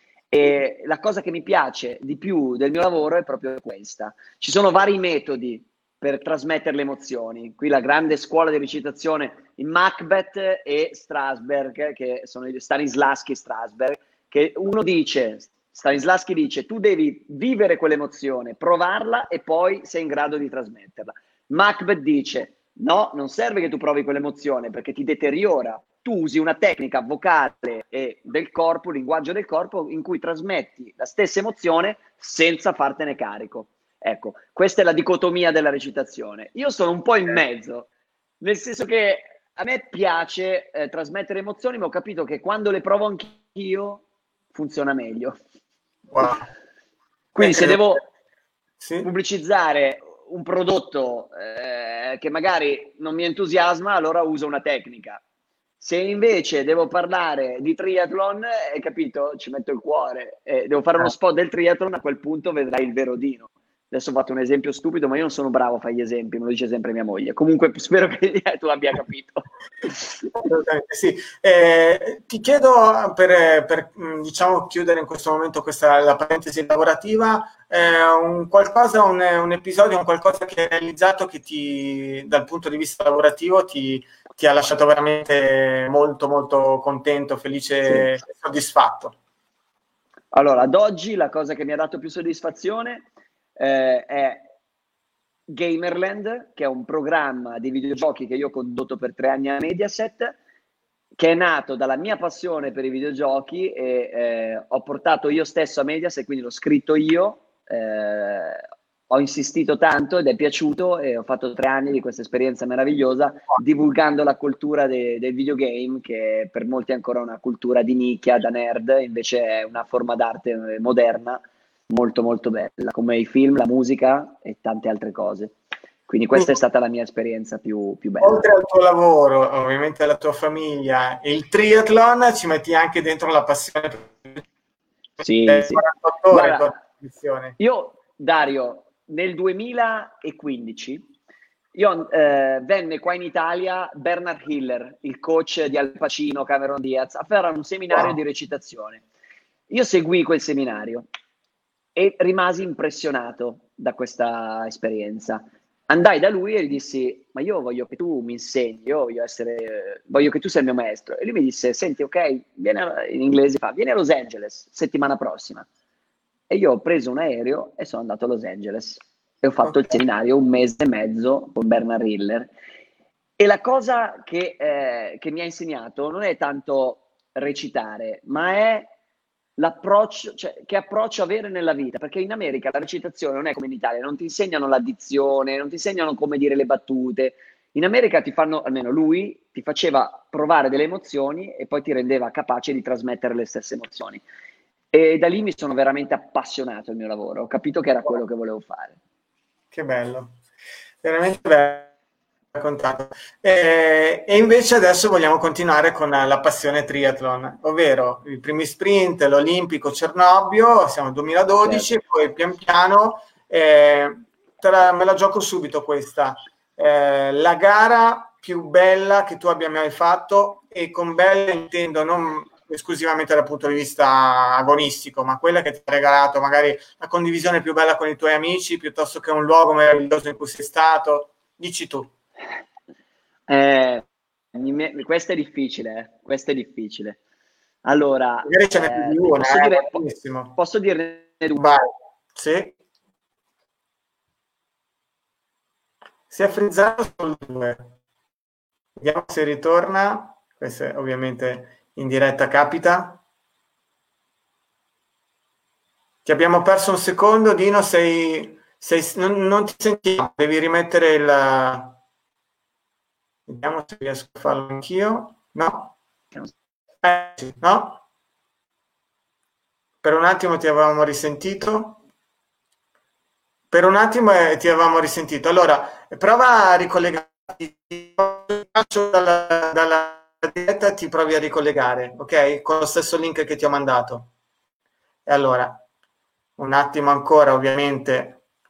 E la cosa che mi piace di più del mio lavoro è proprio questa. Ci sono vari metodi per trasmettere le emozioni. Qui la grande scuola di recitazione in Macbeth e Strasberg, che sono Stanislavski e Strasberg, che uno dice, Stanislavski dice, tu devi vivere quell'emozione, provarla e poi sei in grado di trasmetterla. Macbeth dice, no, non serve che tu provi quell'emozione perché ti deteriora. Tu usi una tecnica vocale e del corpo, linguaggio del corpo, in cui trasmetti la stessa emozione senza fartene carico. Ecco, questa è la dicotomia della recitazione. Io sono un po' in mezzo, nel senso che a me piace eh, trasmettere emozioni, ma ho capito che quando le provo anch'io funziona meglio. Wow. Quindi se eh, devo sì? pubblicizzare un prodotto eh, che magari non mi entusiasma, allora uso una tecnica. Se invece devo parlare di triathlon, hai capito? Ci metto il cuore. Eh, devo fare uno spot del triathlon, a quel punto vedrai il vero Dino. Adesso ho fatto un esempio stupido, ma io non sono bravo a fare gli esempi, me lo dice sempre mia moglie. Comunque spero che tu abbia capito. Sì. Eh, ti chiedo, per, per diciamo chiudere in questo momento questa la parentesi lavorativa, eh, un qualcosa, un, un episodio, un qualcosa che hai realizzato che ti, dal punto di vista lavorativo ti, ti ha lasciato veramente molto molto contento, felice e sì. soddisfatto. Allora, ad oggi la cosa che mi ha dato più soddisfazione eh, è Gamerland, che è un programma di videogiochi che io ho condotto per tre anni a Mediaset, che è nato dalla mia passione per i videogiochi e eh, ho portato io stesso a Mediaset, quindi l'ho scritto io, eh, ho insistito tanto ed è piaciuto e ho fatto tre anni di questa esperienza meravigliosa divulgando la cultura de- del videogame, che per molti è ancora una cultura di nicchia, da nerd, invece è una forma d'arte moderna molto molto bella, come i film, la musica e tante altre cose. Quindi questa è stata la mia esperienza più, più bella. Oltre al tuo lavoro, ovviamente alla tua famiglia, il triathlon, ci metti anche dentro la passione. Sì, sì. quarantotto ore Guarda, con la io, Dario, nel duemilaquindici io, eh, venne qua in Italia Bernard Hiller, il coach di Al Pacino, Cameron Diaz, a fare un seminario Wow. di recitazione. Io seguì quel seminario e rimasi impressionato da questa esperienza. Andai da lui e gli dissi: ma io voglio che tu mi insegni, io voglio essere, voglio che tu sia il mio maestro. E lui mi disse: senti, ok, vieni a, in inglese fa, vieni a Los Angeles settimana prossima. E io ho preso un aereo e sono andato a Los Angeles e ho fatto okay. il seminario un mese e mezzo con Bernard Hiller. E la cosa che, eh, che mi ha insegnato non è tanto recitare, ma è l'approccio, cioè che approccio avere nella vita, perché in America la recitazione non è come in Italia, non ti insegnano l'addizione, non ti insegnano come dire le battute. In America ti fanno, almeno lui, ti faceva provare delle emozioni e poi ti rendeva capace di trasmettere le stesse emozioni. E da lì mi sono veramente appassionato al mio lavoro, ho capito che era quello che volevo fare. Che bello, veramente bello raccontato. E, e invece adesso vogliamo continuare con la passione triathlon, ovvero i primi sprint, l'Olimpico Cernobbio, siamo nel duemiladodici, certo. Poi pian piano, eh, te la, me la gioco subito questa, eh, la gara più bella che tu abbia mai fatto, e con bella intendo non esclusivamente dal punto di vista agonistico, ma quella che ti ha regalato magari la condivisione più bella con i tuoi amici, piuttosto che un luogo meraviglioso in cui sei stato. Dici tu. Eh, mi, questa è difficile, eh. Questa è difficile. Allora, magari ce n'è più di una, posso, eh, dire, benissimo. posso dirne due? Vai. Sì. Si è frizzato sul due. Vediamo se ritorna. Questo è ovviamente in diretta capita. Ti abbiamo perso un secondo, Dino, sei, sei non, non ti sentiamo, devi rimettere il... Vediamo se riesco a farlo anch'io. No? Eh, sì, no? Per un attimo ti avevamo risentito. Per un attimo eh, ti avevamo risentito. Allora, prova a ricollegarti. Dalla, dalla diretta ti provi a ricollegare, ok? Con lo stesso link che ti ho mandato. E allora, un attimo ancora, ovviamente...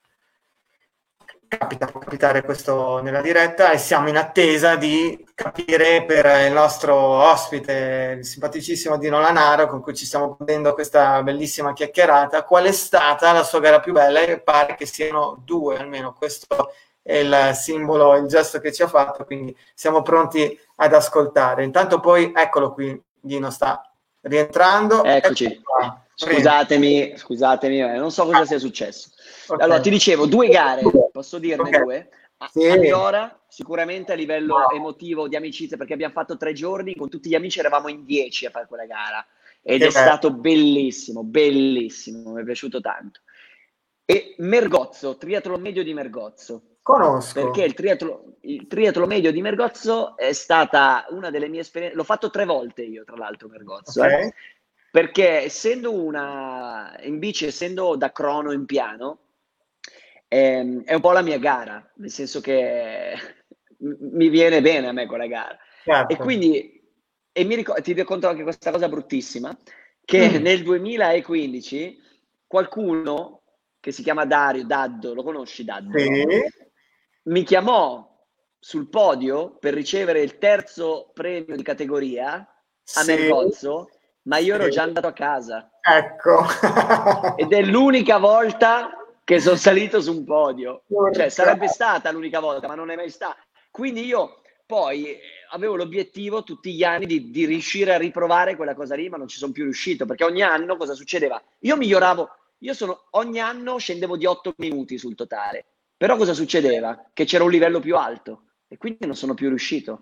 Capita, può capitare questo nella diretta, e siamo in attesa di capire per il nostro ospite, il simpaticissimo Dino Lanaro, con cui ci stiamo godendo questa bellissima chiacchierata, qual è stata la sua gara più bella, e pare che siano due, almeno questo è il simbolo, il gesto che ci ha fatto, quindi siamo pronti ad ascoltare. Intanto poi, eccolo qui, Dino sta rientrando. Eccoci. Scusatemi, scusatemi, non so cosa sia successo. Okay. Allora, ti dicevo, due gare, posso dirne okay. due? A, sì. a Migliora, sicuramente a livello wow. emotivo, di amicizia, perché abbiamo fatto tre giorni, con tutti gli amici eravamo in dieci a fare quella gara, ed che è bello. Stato bellissimo, bellissimo, mi è piaciuto tanto. E Mergozzo, triathlon medio di Mergozzo. Conosco. Perché il triathlon, il triathlon medio di Mergozzo è stata una delle mie esperienze, l'ho fatto tre volte io, tra l'altro, Mergozzo, okay. eh? Perché essendo una, in bici, essendo da crono in piano, ehm, è un po' la mia gara, nel senso che mi viene bene a me quella gara. Certo. E quindi, e mi ricordo, ti racconto anche questa cosa bruttissima, che mm. nel duemilaquindici qualcuno, che si chiama Dario, Daddo, lo conosci Daddo? Sì. Mi chiamò sul podio per ricevere il terzo premio di categoria a sì. Mergozzo, ma io ero già andato a casa. Ecco. Ed è l'unica volta che sono salito su un podio. Cioè, sarebbe stata l'unica volta, ma non è mai stata. Quindi io poi avevo l'obiettivo tutti gli anni di, di riuscire a riprovare quella cosa lì, ma non ci sono più riuscito, perché ogni anno cosa succedeva? Io miglioravo, io sono, ogni anno scendevo di otto minuti sul totale. Però cosa succedeva? Che c'era un livello più alto e quindi non sono più riuscito.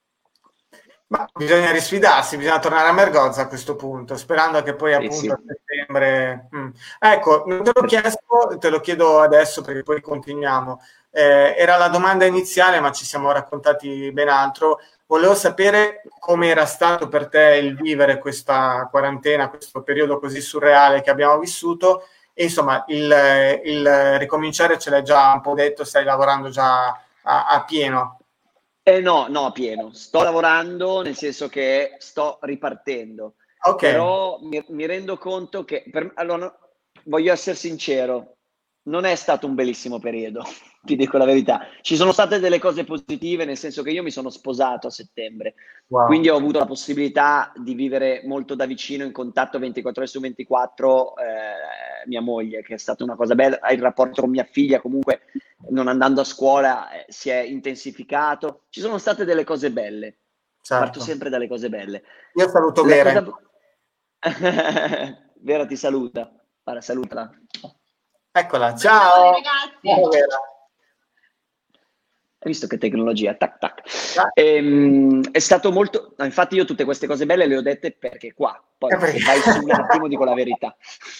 Ma bisogna risfidarsi, bisogna tornare a Mergozzo a questo punto, sperando che poi appunto sì. a settembre... Mm. Ecco, non te l'ho chiesto, te lo chiedo adesso perché poi continuiamo. Eh, era la domanda iniziale, ma ci siamo raccontati ben altro. Volevo sapere come era stato per te il vivere questa quarantena, questo periodo così surreale che abbiamo vissuto, e insomma il, il ricominciare ce l'hai già un po' detto, stai lavorando già a, a pieno. Eh no, no, pieno. Sto lavorando, nel senso che sto ripartendo. Ok. Però mi, mi rendo conto che, per, allora, voglio essere sincero, non è stato un bellissimo periodo, ti dico la verità. Ci sono state delle cose positive, nel senso che io mi sono sposato a settembre, Wow. quindi ho avuto la possibilità di vivere molto da vicino, in contatto ventiquattro ore su ventiquattro, eh, mia moglie, che è stata una cosa bella. Il rapporto con mia figlia, comunque, non andando a scuola, eh, si è intensificato. Ci sono state delle cose belle. Certo. Parto sempre dalle cose belle. Io saluto La Vera. cosa- Vera ti saluta. Guarda, salutala. Eccola, ciao. ragazzi. Ciao, Vera. Hai visto che tecnologia? Tac, tac. Ehm, è stato molto... no, infatti io tutte queste cose belle le ho dette perché qua. Poi Eh, perché- se vai su un attimo dico la verità.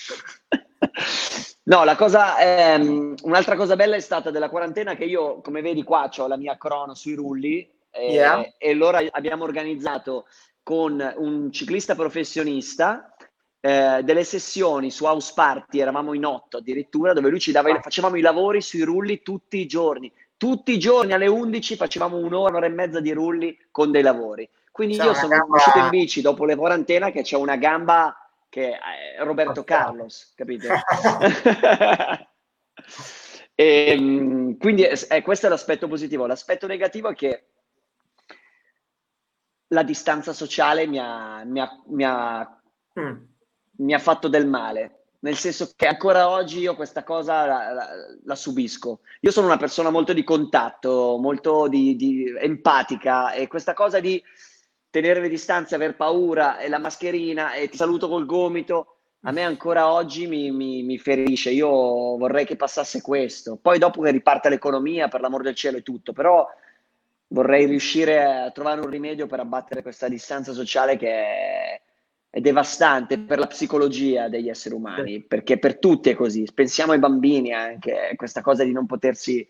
No, la cosa... ehm, un'altra cosa bella è stata della quarantena che io, come vedi qua, ho la mia crono sui rulli eh, Yeah. e allora abbiamo organizzato con un ciclista professionista eh, delle sessioni su House Party, eravamo in otto addirittura, dove lui ci dava, facevamo i lavori sui rulli tutti i giorni. Tutti i giorni alle undici facevamo un'ora, un'ora e mezza di rulli con dei lavori. Quindi C'è io una sono gamba- uscito in bici dopo la quarantena che c'è una gamba che è Roberto Carlos, capite? E, mh, quindi è, è- questo è l'aspetto positivo. L'aspetto negativo è che la distanza sociale mi ha, mi ha- mi ha- Mm. mi ha fatto del male. Nel senso che ancora oggi io questa cosa la, la- la subisco. Io sono una persona molto di contatto, molto di, di- empatica, e questa cosa di tenere le distanze, aver paura e la mascherina e ti saluto col gomito, a me ancora oggi mi, mi- mi ferisce. Io vorrei che passasse questo. Poi dopo che riparte l'economia, per l'amor del cielo e tutto, però vorrei riuscire a trovare un rimedio per abbattere questa distanza sociale che è, è devastante per la psicologia degli esseri umani, perché per tutti è così. Pensiamo ai bambini anche, questa cosa di non potersi...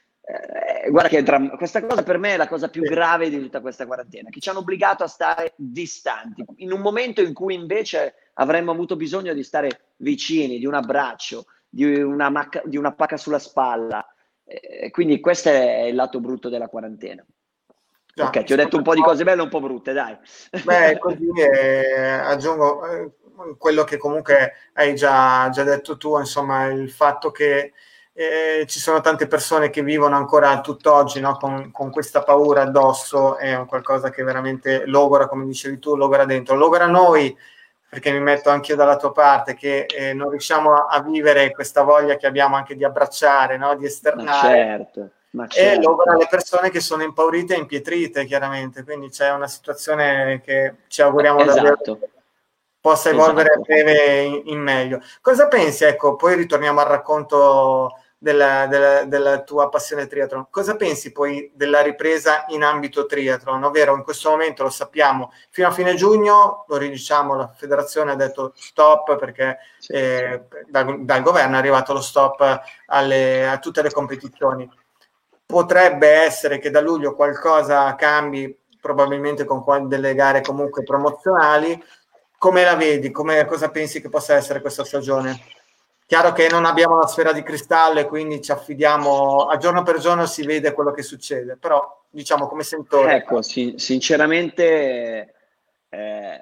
eh, guarda che dram- questa cosa per me è la cosa più grave di tutta questa quarantena, che ci hanno obbligato a stare distanti, in un momento in cui invece avremmo avuto bisogno di stare vicini, di un abbraccio, di una, macca- di una pacca sulla spalla. Eh, quindi questo è il lato brutto della quarantena. Già, Ok, ti ho detto un po' di cose belle e un po' brutte, dai. Beh, così eh, aggiungo eh, quello che comunque hai già, già detto tu, insomma, il fatto che eh, ci sono tante persone che vivono ancora a tutt'oggi, no, con, con questa paura addosso, è un qualcosa che veramente logora, come dicevi tu, logora dentro, logora noi, perché mi metto anche io dalla tua parte, che eh, non riusciamo a, a vivere questa voglia che abbiamo anche di abbracciare, no, di Ma esternare. certo, ma E certo. logora le persone che sono impaurite e impietrite, chiaramente. Quindi c'è una situazione che ci auguriamo davvero Esatto. possa evolvere Esatto. a breve in, in meglio. Cosa pensi? Ecco, poi ritorniamo al racconto della, della, della tua passione triathlon. Cosa pensi poi della ripresa in ambito triathlon? Ovvero, in questo momento lo sappiamo, fino a fine giugno, lo ridiciamo, la federazione ha detto stop perché eh, dal, dal governo è arrivato lo stop alle, a tutte le competizioni. Potrebbe essere che da luglio qualcosa cambi, probabilmente con qual- delle gare comunque promozionali. Come la vedi? Come, cosa pensi che possa essere questa stagione? Chiaro che non abbiamo la sfera di cristallo e quindi ci affidiamo, a giorno per giorno si vede quello che succede, però diciamo come sentore. Ecco, sì, sinceramente eh,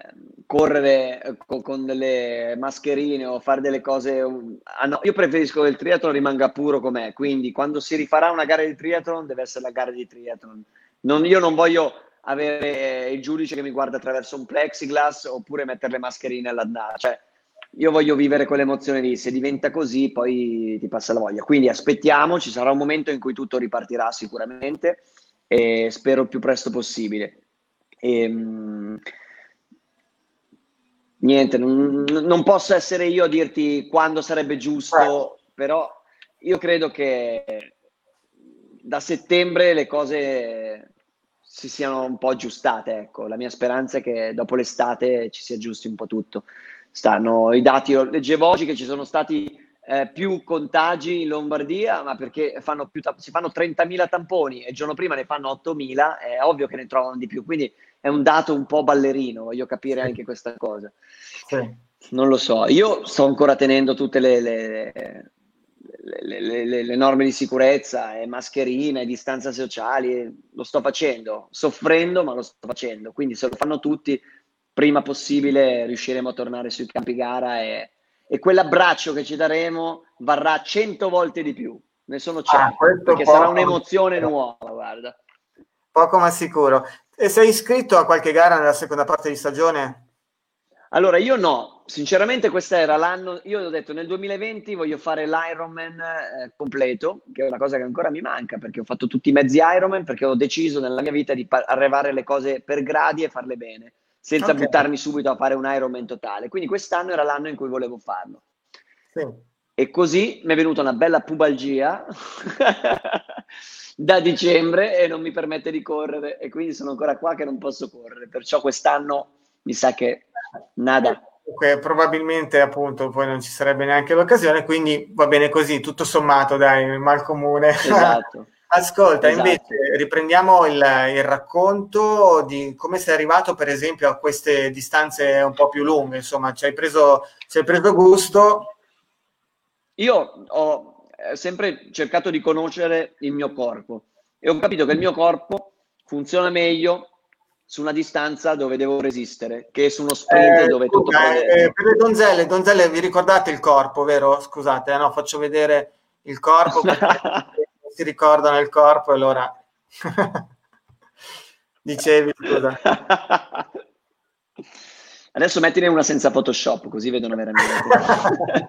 correre con, con delle mascherine o fare delle cose... um, ah, no, io preferisco che il triathlon rimanga puro com'è, quindi quando si rifarà una gara di triathlon deve essere la gara di triathlon. Non, io non voglio avere il giudice che mi guarda attraverso un plexiglass oppure mettere le mascherine all'andata, cioè io voglio vivere quell'emozione lì. Se diventa così poi ti passa la voglia, quindi aspettiamo, ci sarà un momento in cui tutto ripartirà sicuramente e spero il più presto possibile. E, mh, niente, non, non posso essere io a dirti quando sarebbe giusto, però io credo che da settembre le cose si siano un po' aggiustate, ecco. La mia speranza è che dopo l'estate ci si aggiusti un po' tutto. Stanno i dati, io leggevo oggi che ci sono stati eh, più contagi in Lombardia, ma perché fanno più ta- si fanno trentamila tamponi e il giorno prima ne fanno ottomila, è ovvio che ne trovano di più, quindi è un dato un po' ballerino, voglio capire anche questa cosa. Sì. Non lo so, io sto ancora tenendo tutte le, le, le, le, le, le norme di sicurezza, e mascherine, distanza sociali, lo sto facendo, soffrendo, ma lo sto facendo. Quindi se lo fanno tutti, prima possibile riusciremo a tornare sui campi gara e, e quell'abbraccio che ci daremo varrà cento volte di più. Ne sono certo, ah, perché poco, sarà un'emozione nuova, guarda. Poco ma sicuro. E sei iscritto a qualche gara nella seconda parte di stagione? Allora, io no, sinceramente questo era l'anno, io ho detto nel duemilaventi voglio fare l'Ironman eh, completo, che è una cosa che ancora mi manca, perché ho fatto tutti i mezzi Ironman, perché ho deciso nella mia vita di pa- arrivare le cose per gradi e farle bene, senza Okay. buttarmi subito a fare un Ironman totale. Quindi quest'anno era l'anno in cui volevo farlo. Sì. E così mi è venuta una bella pubalgia da dicembre e non mi permette di correre, e quindi sono ancora qua che non posso correre, perciò quest'anno mi sa che nada. Comunque, probabilmente appunto poi non ci sarebbe neanche l'occasione, quindi va bene così, tutto sommato, dai, mal comune. Esatto. Ascolta, Esatto. invece riprendiamo il, il racconto di come sei arrivato per esempio a queste distanze un po' più lunghe, insomma, ci hai preso, ci hai preso gusto. Io ho sempre cercato di conoscere il mio corpo e ho capito che il mio corpo funziona meglio su una distanza dove devo resistere che su uno sprint Eh, dove tutto scusa, prende. eh, per le donzelle, donzelle, vi ricordate il corpo, vero? Scusate, eh, no, faccio vedere il corpo perché non si ricordano il corpo e allora dicevi, scusa. Adesso mettine una senza Photoshop, così vedono veramente.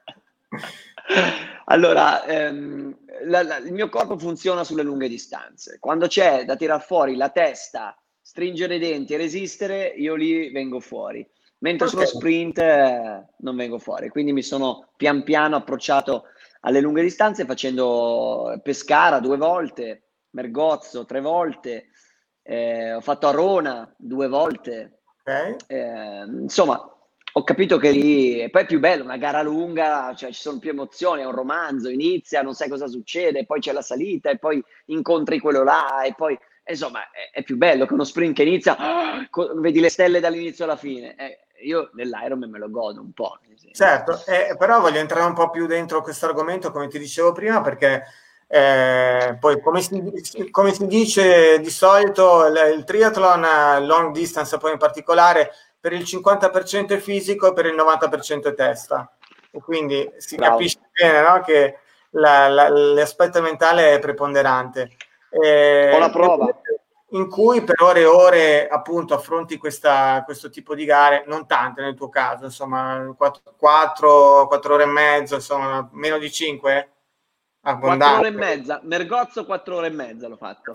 Allora, ehm, la, la, il mio corpo funziona sulle lunghe distanze. Quando c'è da tirar fuori la testa, stringere i denti e resistere, io lì vengo fuori. Mentre Ok. sullo sprint eh, non vengo fuori. Quindi mi sono pian piano approcciato alle lunghe distanze facendo Pescara due volte, Mergozzo tre volte, eh, ho fatto Arona due volte. Ok. Eh, insomma, ho capito che lì, e poi è più bello, una gara lunga, cioè ci sono più emozioni, è un romanzo, inizia, non sai cosa succede, poi c'è la salita e poi incontri quello là e poi, insomma, è, è più bello che uno sprint che inizia, ah, co- vedi le stelle dall'inizio alla fine. Eh, io nell'Ironman me lo godo un po'. Certo, eh, però voglio entrare un po' più dentro questo argomento, come ti dicevo prima, perché eh, poi come si, come si dice di solito, il, il triathlon eh, long distance poi in particolare per il cinquanta per cento è fisico e per il novanta per cento è testa, e quindi si Bravo. capisce bene, no, che la, la, l'aspetto mentale è preponderante. Eh, Ho la prova. In cui per ore e ore appunto affronti questa, questo tipo di gare, non tante nel tuo caso, insomma quattro ore e mezzo, insomma meno di cinque? quattro ore e mezza, Mergozzo quattro ore e mezza l'ho fatto.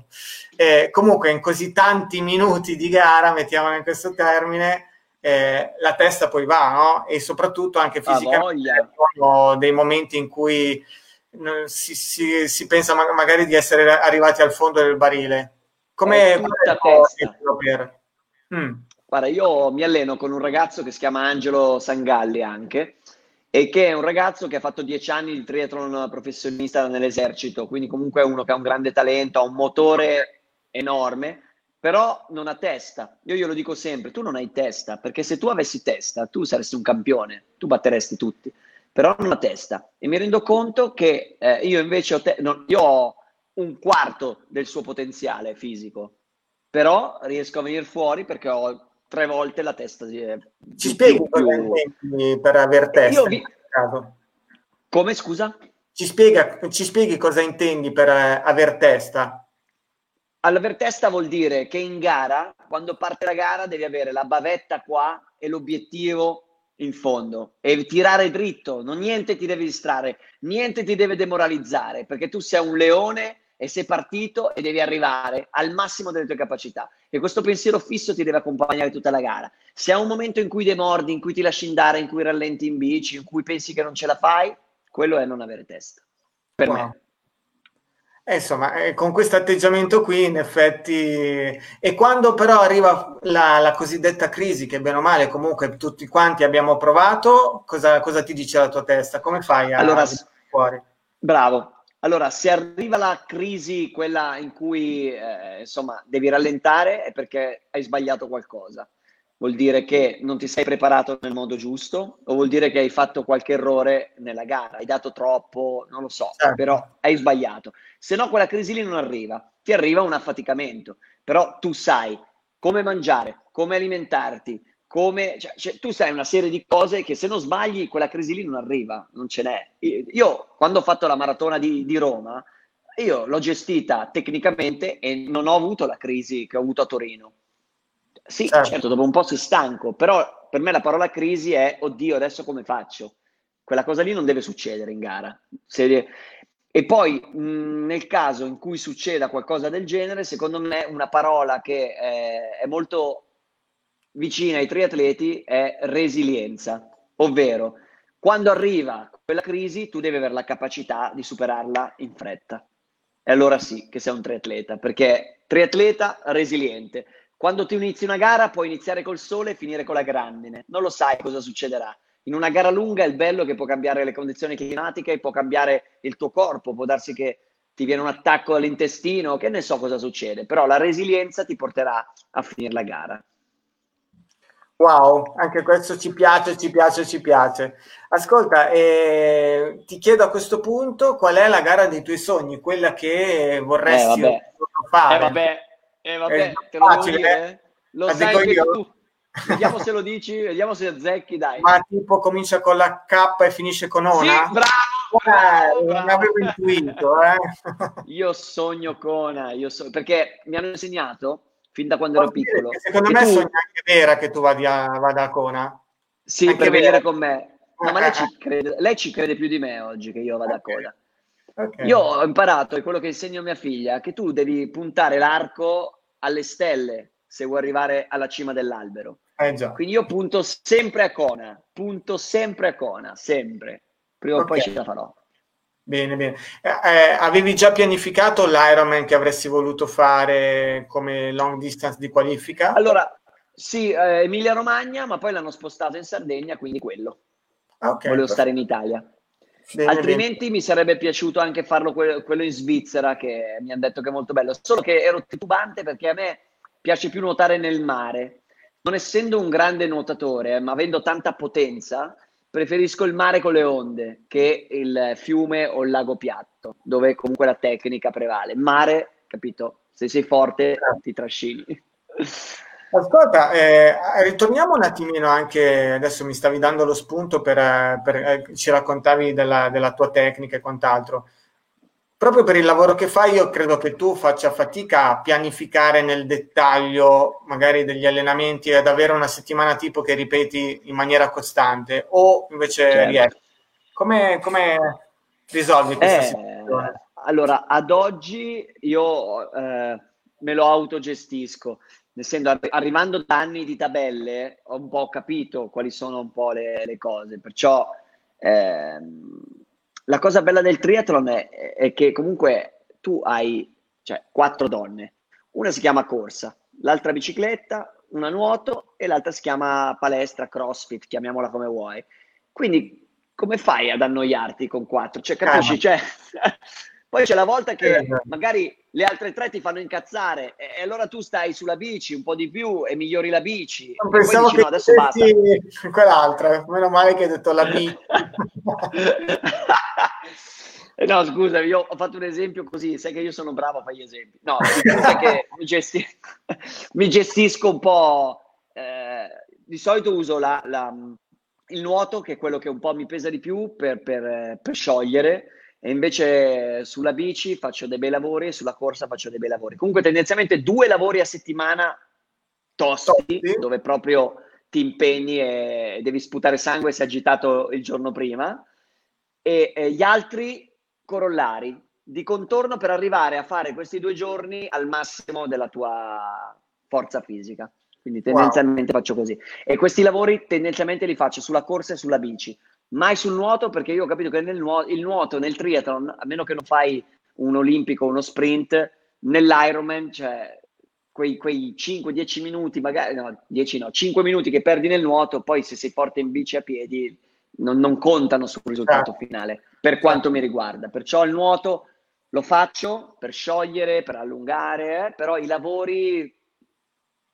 Eh, comunque in così tanti minuti di gara, mettiamola in questo termine, eh, la testa poi va, no? E soprattutto anche fisicamente sono dei momenti in cui eh, si, si, si pensa ma- magari di essere arrivati al fondo del barile. Come tutta testa. Per... Mm. Guarda, io mi alleno con un ragazzo che si chiama Angelo Sangalli anche, e che è un ragazzo che ha fatto dieci anni di triathlon professionista nell'esercito, quindi comunque è uno che ha un grande talento, ha un motore enorme, però non ha testa. Io glielo dico sempre, tu non hai testa, perché se tu avessi testa, tu saresti un campione, tu batteresti tutti, però non ha testa. E mi rendo conto che eh, io invece ho, te- no, io ho un quarto del suo potenziale fisico, però riesco a venire fuori perché ho tre volte la testa di, ci spieghi cosa intendi per aver testa? Io vi... in questo caso? Come, scusa? Ci, spiega, ci spieghi cosa intendi per eh, aver testa? All'aver testa vuol dire che in gara, quando parte la gara, devi avere la bavetta qua e l'obiettivo in fondo e tirare dritto, non niente ti deve distrarre, niente ti deve demoralizzare, perché tu sei un leone e sei partito e devi arrivare al massimo delle tue capacità, e questo pensiero fisso ti deve accompagnare tutta la gara. Se è un momento in cui demordi, in cui ti lasci andare, in cui rallenti in bici, in cui pensi che non ce la fai, quello è non avere testa, per wow. me. Eh, insomma, eh, con questo atteggiamento qui, in effetti, e quando però arriva la, la cosiddetta crisi, che bene o male comunque tutti quanti abbiamo provato, cosa, cosa ti dice la tua testa? Come fai a allora, fuori? Bravo. Allora, se arriva la crisi, quella in cui eh, insomma devi rallentare, è perché hai sbagliato qualcosa. vuol dire che non ti sei preparato nel modo giusto, o vuol dire che hai fatto qualche errore nella gara, hai dato troppo, non lo so, Certo. però hai sbagliato. Se no quella crisi lì non arriva, ti arriva un affaticamento, però tu sai come mangiare, come alimentarti, come, cioè, cioè, tu sai una serie di cose che se non sbagli quella crisi lì non arriva, non ce n'è. Io, io quando ho fatto la maratona di, di Roma, io l'ho gestita tecnicamente e non ho avuto la crisi che ho avuto a Torino. Sì, certo. certo, dopo un po' sei stanco, però per me la parola crisi è oddio, adesso come faccio? Quella cosa lì non deve succedere in gara. Se... E poi mh, nel caso in cui succeda qualcosa del genere, secondo me una parola che è, è molto vicina ai triatleti è resilienza, ovvero quando arriva quella crisi tu devi avere la capacità di superarla in fretta. E allora sì che sei un triatleta, perché triatleta resiliente. Quando tu inizi una gara puoi iniziare col sole e finire con la grandine, non lo sai cosa succederà. In una gara lunga il bello è che può cambiare le condizioni climatiche, può cambiare il tuo corpo, può darsi che ti viene un attacco all'intestino, che ne so cosa succede, però la resilienza ti porterà a finire la gara. Wow, anche questo ci piace, ci piace, ci piace. Ascolta, eh, ti chiedo a questo punto qual è la gara dei tuoi sogni, quella che vorresti eh, vabbè. fare. Eh vabbè, eh, vabbè. te lo facile, devo dire? Eh? Lo la sai che io. tu. Vediamo se lo dici, vediamo se azzecchi, dai. Ma tipo comincia con la K e finisce con Ona? Sì, bravo, bravo, eh, bravo. Non avevo intuito, eh. Io sogno con Ona, io so, perché mi hanno insegnato fin da quando ero piccolo. Secondo me tu... sogna anche Vera che tu vada a, vada a Kona. Sì, anche per Vera. venire con me. No, ma lei ci, crede, lei ci crede più di me oggi che io vada okay. a Kona. Okay. Io ho imparato, è quello che insegno a mia figlia, che tu devi puntare l'arco alle stelle se vuoi arrivare alla cima dell'albero. Eh già. Quindi io punto sempre a Kona, punto sempre a Kona, sempre. Prima o okay. poi ce la farò. Bene, bene. Eh, eh, avevi già pianificato l'Ironman che avresti voluto fare come long distance di qualifica? Allora, sì, eh, Emilia Romagna, ma poi l'hanno spostato in Sardegna, quindi quello. Okay, Volevo perfetto. stare in Italia. Bene, Altrimenti bene. mi sarebbe piaciuto anche farlo que- quello in Svizzera, che mi hanno detto che è molto bello. Solo che ero titubante perché a me piace più nuotare nel mare. Non essendo un grande nuotatore, ma avendo tanta potenza, preferisco il mare con le onde che il fiume o il lago piatto, dove comunque la tecnica prevale. Mare, capito? Se sei forte, ti trascini. Ascolta, eh, ritorniamo un attimino anche, adesso mi stavi dando lo spunto per, per eh, ci raccontavi della, della tua tecnica e quant'altro. Proprio per il lavoro che fai, io credo che tu faccia fatica a pianificare nel dettaglio magari degli allenamenti ed avere una settimana tipo che ripeti in maniera costante, o invece certo. riesci. Come, come risolvi questa eh, situazione? Allora, ad oggi io eh, me lo autogestisco. Essendo arrivando da anni di tabelle, ho un po' capito quali sono un po' le, le cose, perciò ehm, la cosa bella del triathlon è, è che comunque tu hai cioè, quattro donne, una si chiama corsa, l'altra bicicletta, una nuoto e l'altra si chiama palestra, crossfit, chiamiamola come vuoi. Quindi come fai ad annoiarti con quattro? Cioè, capisci? Cioè, poi c'è la volta che magari le altre tre ti fanno incazzare e, e allora tu stai sulla bici un po' di più e migliori la bici. Non pensavo dici, che no, adesso basta. Quell'altra, meno male che hai detto la bici. No, scusa, io ho fatto un esempio così, sai che io sono bravo a fare gli esempi. No, sai che mi, gesti- mi gestisco un po'. Eh, di solito uso la, la, il nuoto, che è quello che un po' mi pesa di più per, per, per sciogliere. E invece sulla bici faccio dei bei lavori e sulla corsa faccio dei bei lavori. Comunque tendenzialmente due lavori a settimana tosti, tosti. dove proprio ti impegni e devi sputare sangue se agitato il giorno prima, e, e gli altri corollari di contorno per arrivare a fare questi due giorni al massimo della tua forza fisica. Quindi tendenzialmente wow. faccio così. E questi lavori tendenzialmente li faccio sulla corsa e sulla bici. Mai sul nuoto, perché io ho capito che nel nuoto, il nuoto nel triathlon, a meno che non fai un olimpico o uno sprint, nell'Ironman, cioè quei, quei cinque dieci minuti, magari no, dieci no, cinque minuti che perdi nel nuoto, poi se sei forte in bici a piedi non, non contano sul risultato finale, per quanto mi riguarda. Perciò il nuoto lo faccio per sciogliere, per allungare, eh, però i lavori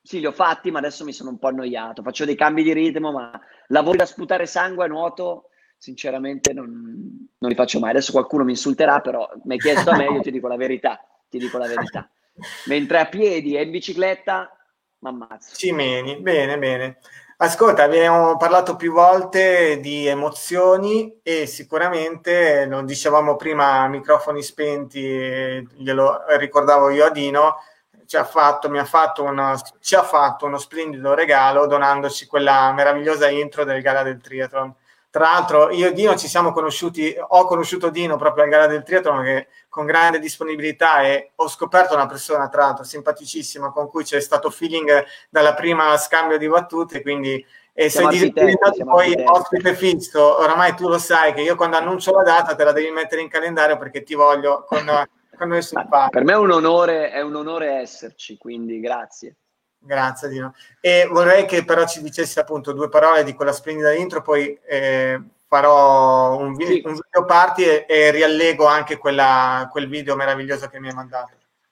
sì, li ho fatti, ma adesso mi sono un po' annoiato. Faccio dei cambi di ritmo, ma lavori da sputare sangue a nuoto, sinceramente non, non li faccio mai. Adesso qualcuno mi insulterà, però mi hai chiesto a me, io ti dico la verità, ti dico la verità. Mentre a piedi e in bicicletta, m'ammazzo. Cimeni, bene, bene. Ascolta, abbiamo parlato più volte di emozioni e sicuramente, lo dicevamo prima a microfoni spenti, glielo ricordavo io a Dino, ci ha fatto, mi ha fatto una, ci ha fatto uno splendido regalo donandoci quella meravigliosa intro del Gara del Triathlon. Tra l'altro io e Dino ci siamo conosciuti, ho conosciuto Dino proprio al Gara del Triathlon che, con grande disponibilità, e ho scoperto una persona tra l'altro simpaticissima con cui c'è stato feeling dalla prima scambio di battute, quindi e sei diventato poi ospite fisso. Oramai tu lo sai che io quando annuncio la data te la devi mettere in calendario perché ti voglio con, con noi sul palco. Per me è un onore, è un onore esserci, quindi grazie. Grazie Dino. E vorrei che però ci dicessi appunto due parole di quella splendida intro, poi eh, farò un, vi- sì. un video party e, e riallego anche quella, quel video meraviglioso che mi hai mandato.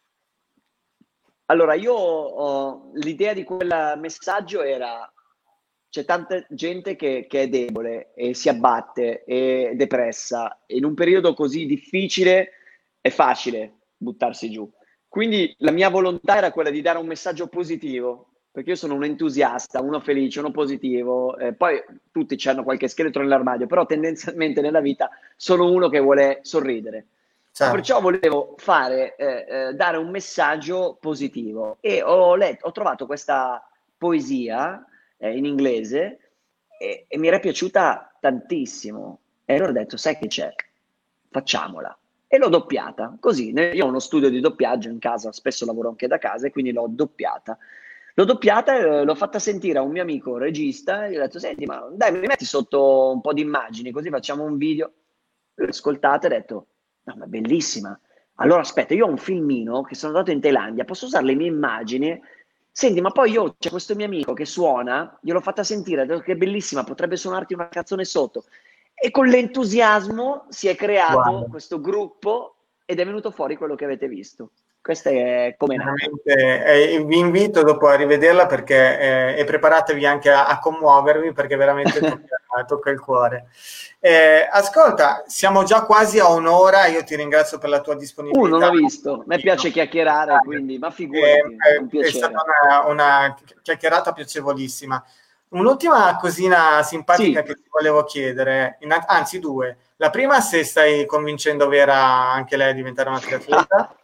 Allora, io ho, l'idea di quel messaggio era: c'è tanta gente che, che è debole e si abbatte e è depressa, e in un periodo così difficile è facile buttarsi giù. Quindi la mia volontà era quella di dare un messaggio positivo, perché io sono un entusiasta, uno felice, uno positivo, eh, poi tutti hanno qualche scheletro nell'armadio, però tendenzialmente nella vita sono uno che vuole sorridere. Certo. Perciò volevo fare, eh, eh, dare un messaggio positivo, e ho, letto, ho trovato questa poesia eh, in inglese e, e mi era piaciuta tantissimo, e allora ho detto: sai che c'è? Facciamola. E l'ho doppiata, così. Io ho uno studio di doppiaggio in casa, spesso lavoro anche da casa, e quindi l'ho doppiata. L'ho doppiata e l'ho fatta sentire a un mio amico regista, e gli ho detto: senti, ma dai, mi metti sotto un po' di immagini, così facciamo un video. L'ho ascoltata e ho detto: no, ma è bellissima. Allora aspetta, io ho un filmino che sono andato in Thailandia, posso usare le mie immagini? Senti, ma poi io, c'è questo mio amico che suona, gliel'ho fatta sentire, ho detto che è bellissima, potrebbe suonarti una canzone sotto. E con l'entusiasmo si è creato wow. questo gruppo ed è venuto fuori quello che avete visto. Questo è come eh, vi invito dopo a rivederla perché eh, e preparatevi anche a, a commuovervi, perché veramente tocca, tocca il cuore. Eh, ascolta, siamo già quasi a un'ora, io ti ringrazio per la tua disponibilità. Uh, non l'ho visto, a me piace chiacchierare, quindi ma figurati, eh, un piacere. È stata una, una chiacchierata piacevolissima. Un'ultima cosina simpatica sì. che ti volevo chiedere, in, anzi due. La prima, se stai convincendo Vera anche lei a diventare una triatleta.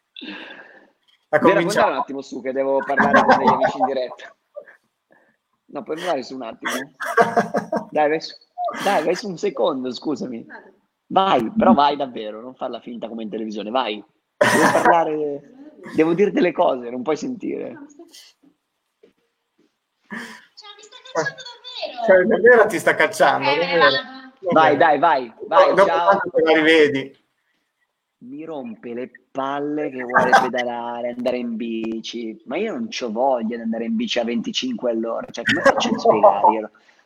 La Vera, puoi andare un attimo su che devo parlare con degli amici in diretta. No, puoi andare su un attimo. Dai, vai su, dai, vai su un secondo, scusami. Vai, però vai davvero, non farla finta come in televisione, vai. Devo parlare, devo dire delle cose, non puoi sentire. Cioè, davvero ti sta cacciando. Vai, dai, vai, vai, dopo ciao. Te la rivedi. Mi rompe le palle che vuole pedalare, andare in bici, ma io non c'ho voglia di andare in bici a venticinque all'ora, cioè come faccio a spiegarglielo?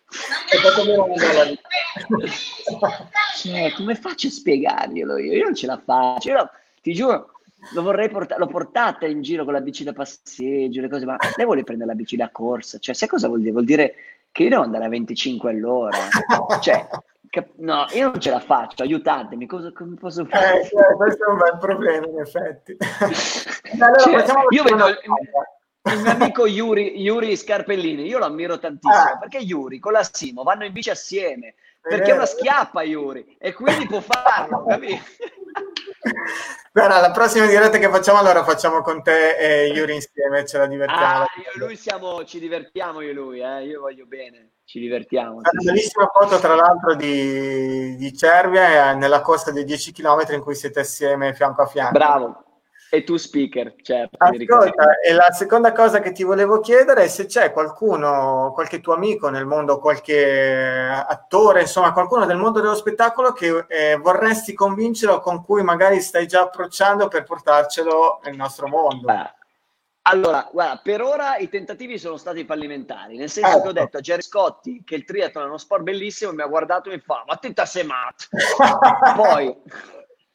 Cioè, come faccio a spiegarglielo io? Io non ce la faccio, io ti giuro, lo vorrei portare, l'ho portata in giro con la bici da passeggio, le cose, ma lei vuole prendere la bici da corsa, cioè sai cosa vuol dire? Vuol dire che io devo andare a venticinque all'ora, cioè cap- no, io non ce la faccio, aiutatemi, cosa come posso fare? Eh, cioè, questo è un bel problema in effetti. Allora, cioè, io vedo il, il mio amico Yuri, Yuri Scarpellini, io lo ammiro tantissimo, ah. perché Yuri con la Simo vanno in bici assieme, perché è una schiappa Yuri, e quindi può farlo, capito? Guarda, la prossima diretta che facciamo, allora facciamo con te e Yuri insieme, ce la divertiamo. Ah, io e lui siamo, ci divertiamo io e lui, eh? Io voglio bene, ci divertiamo. C'è una sì, bellissima sì. foto tra l'altro di, di Cervia nella corsa dei dieci chilometri in cui siete assieme fianco a fianco. Bravo. E tu speaker, certo. Ascolta, e la seconda cosa che ti volevo chiedere è se c'è qualcuno, qualche tuo amico nel mondo, qualche attore, insomma qualcuno del mondo dello spettacolo che eh, vorresti convincere o con cui magari stai già approcciando per portarcelo nel nostro mondo. Ah. Allora, guarda, per ora i tentativi sono stati fallimentari, nel senso ecco. che ho detto a Gerry Scotti che il triathlon è uno sport bellissimo, mi ha guardato e mi fa, ma te t'ha semato. Poi...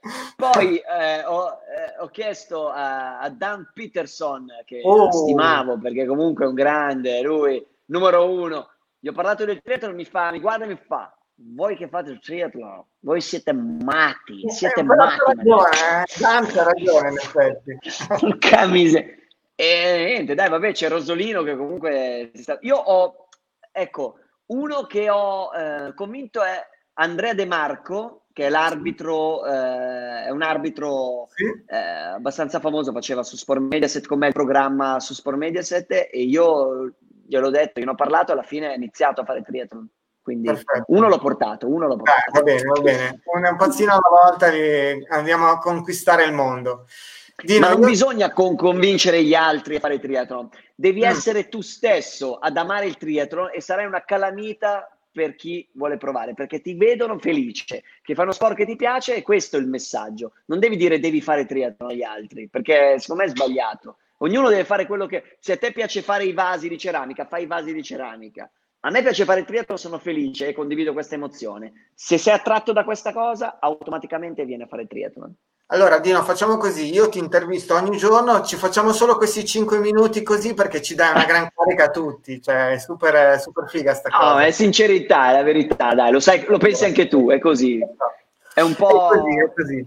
Poi eh, ho, eh, ho chiesto a, a Dan Peterson, che Oh. stimavo perché comunque è un grande, lui, numero uno. Gli ho parlato del triathlon, mi fa, mi guarda e mi fa: voi che fate il triathlon, voi siete matti, siete Eh, però matti. c'ha ragione, eh. Dan c'ha ragione in effetti. Porca miseria. E niente, dai, vabbè, c'è Rosolino che comunque si sta... Io ho, ecco, uno che ho eh, convinto è Andrea De Marco, che è l'arbitro, eh, è un arbitro Sì. eh, abbastanza famoso, faceva su Sport Mediaset con me il programma su Sport Mediaset, e io gliel'ho detto, io ne ho parlato, alla fine ha iniziato a fare triathlon. Quindi Perfetto. uno l'ho portato, uno l'ho portato. Dai, va bene, va bene. Un, un pazzino alla volta e andiamo a conquistare il mondo. Dino, Ma non io- bisogna con- convincere gli altri a fare triathlon, devi Mm. essere tu stesso ad amare il triathlon e sarai una calamita per chi vuole provare, perché ti vedono felice, che fai uno sport che ti piace, e questo è il messaggio. Non devi dire devi fare triathlon agli altri, perché secondo me è sbagliato. Ognuno deve fare quello che... Se a te piace fare i vasi di ceramica, fai i vasi di ceramica. A me piace fare il triathlon, sono felice e condivido questa emozione. Se sei attratto da questa cosa, automaticamente vieni a fare triathlon. Allora, Dino, facciamo così, io ti intervisto ogni giorno, ci facciamo solo questi cinque minuti così perché ci dai una gran carica a tutti, cioè è super, super figa sta No, cosa. è sincerità, è la verità, dai, lo sai, lo pensi anche tu, è così. È un È po'... così, è così.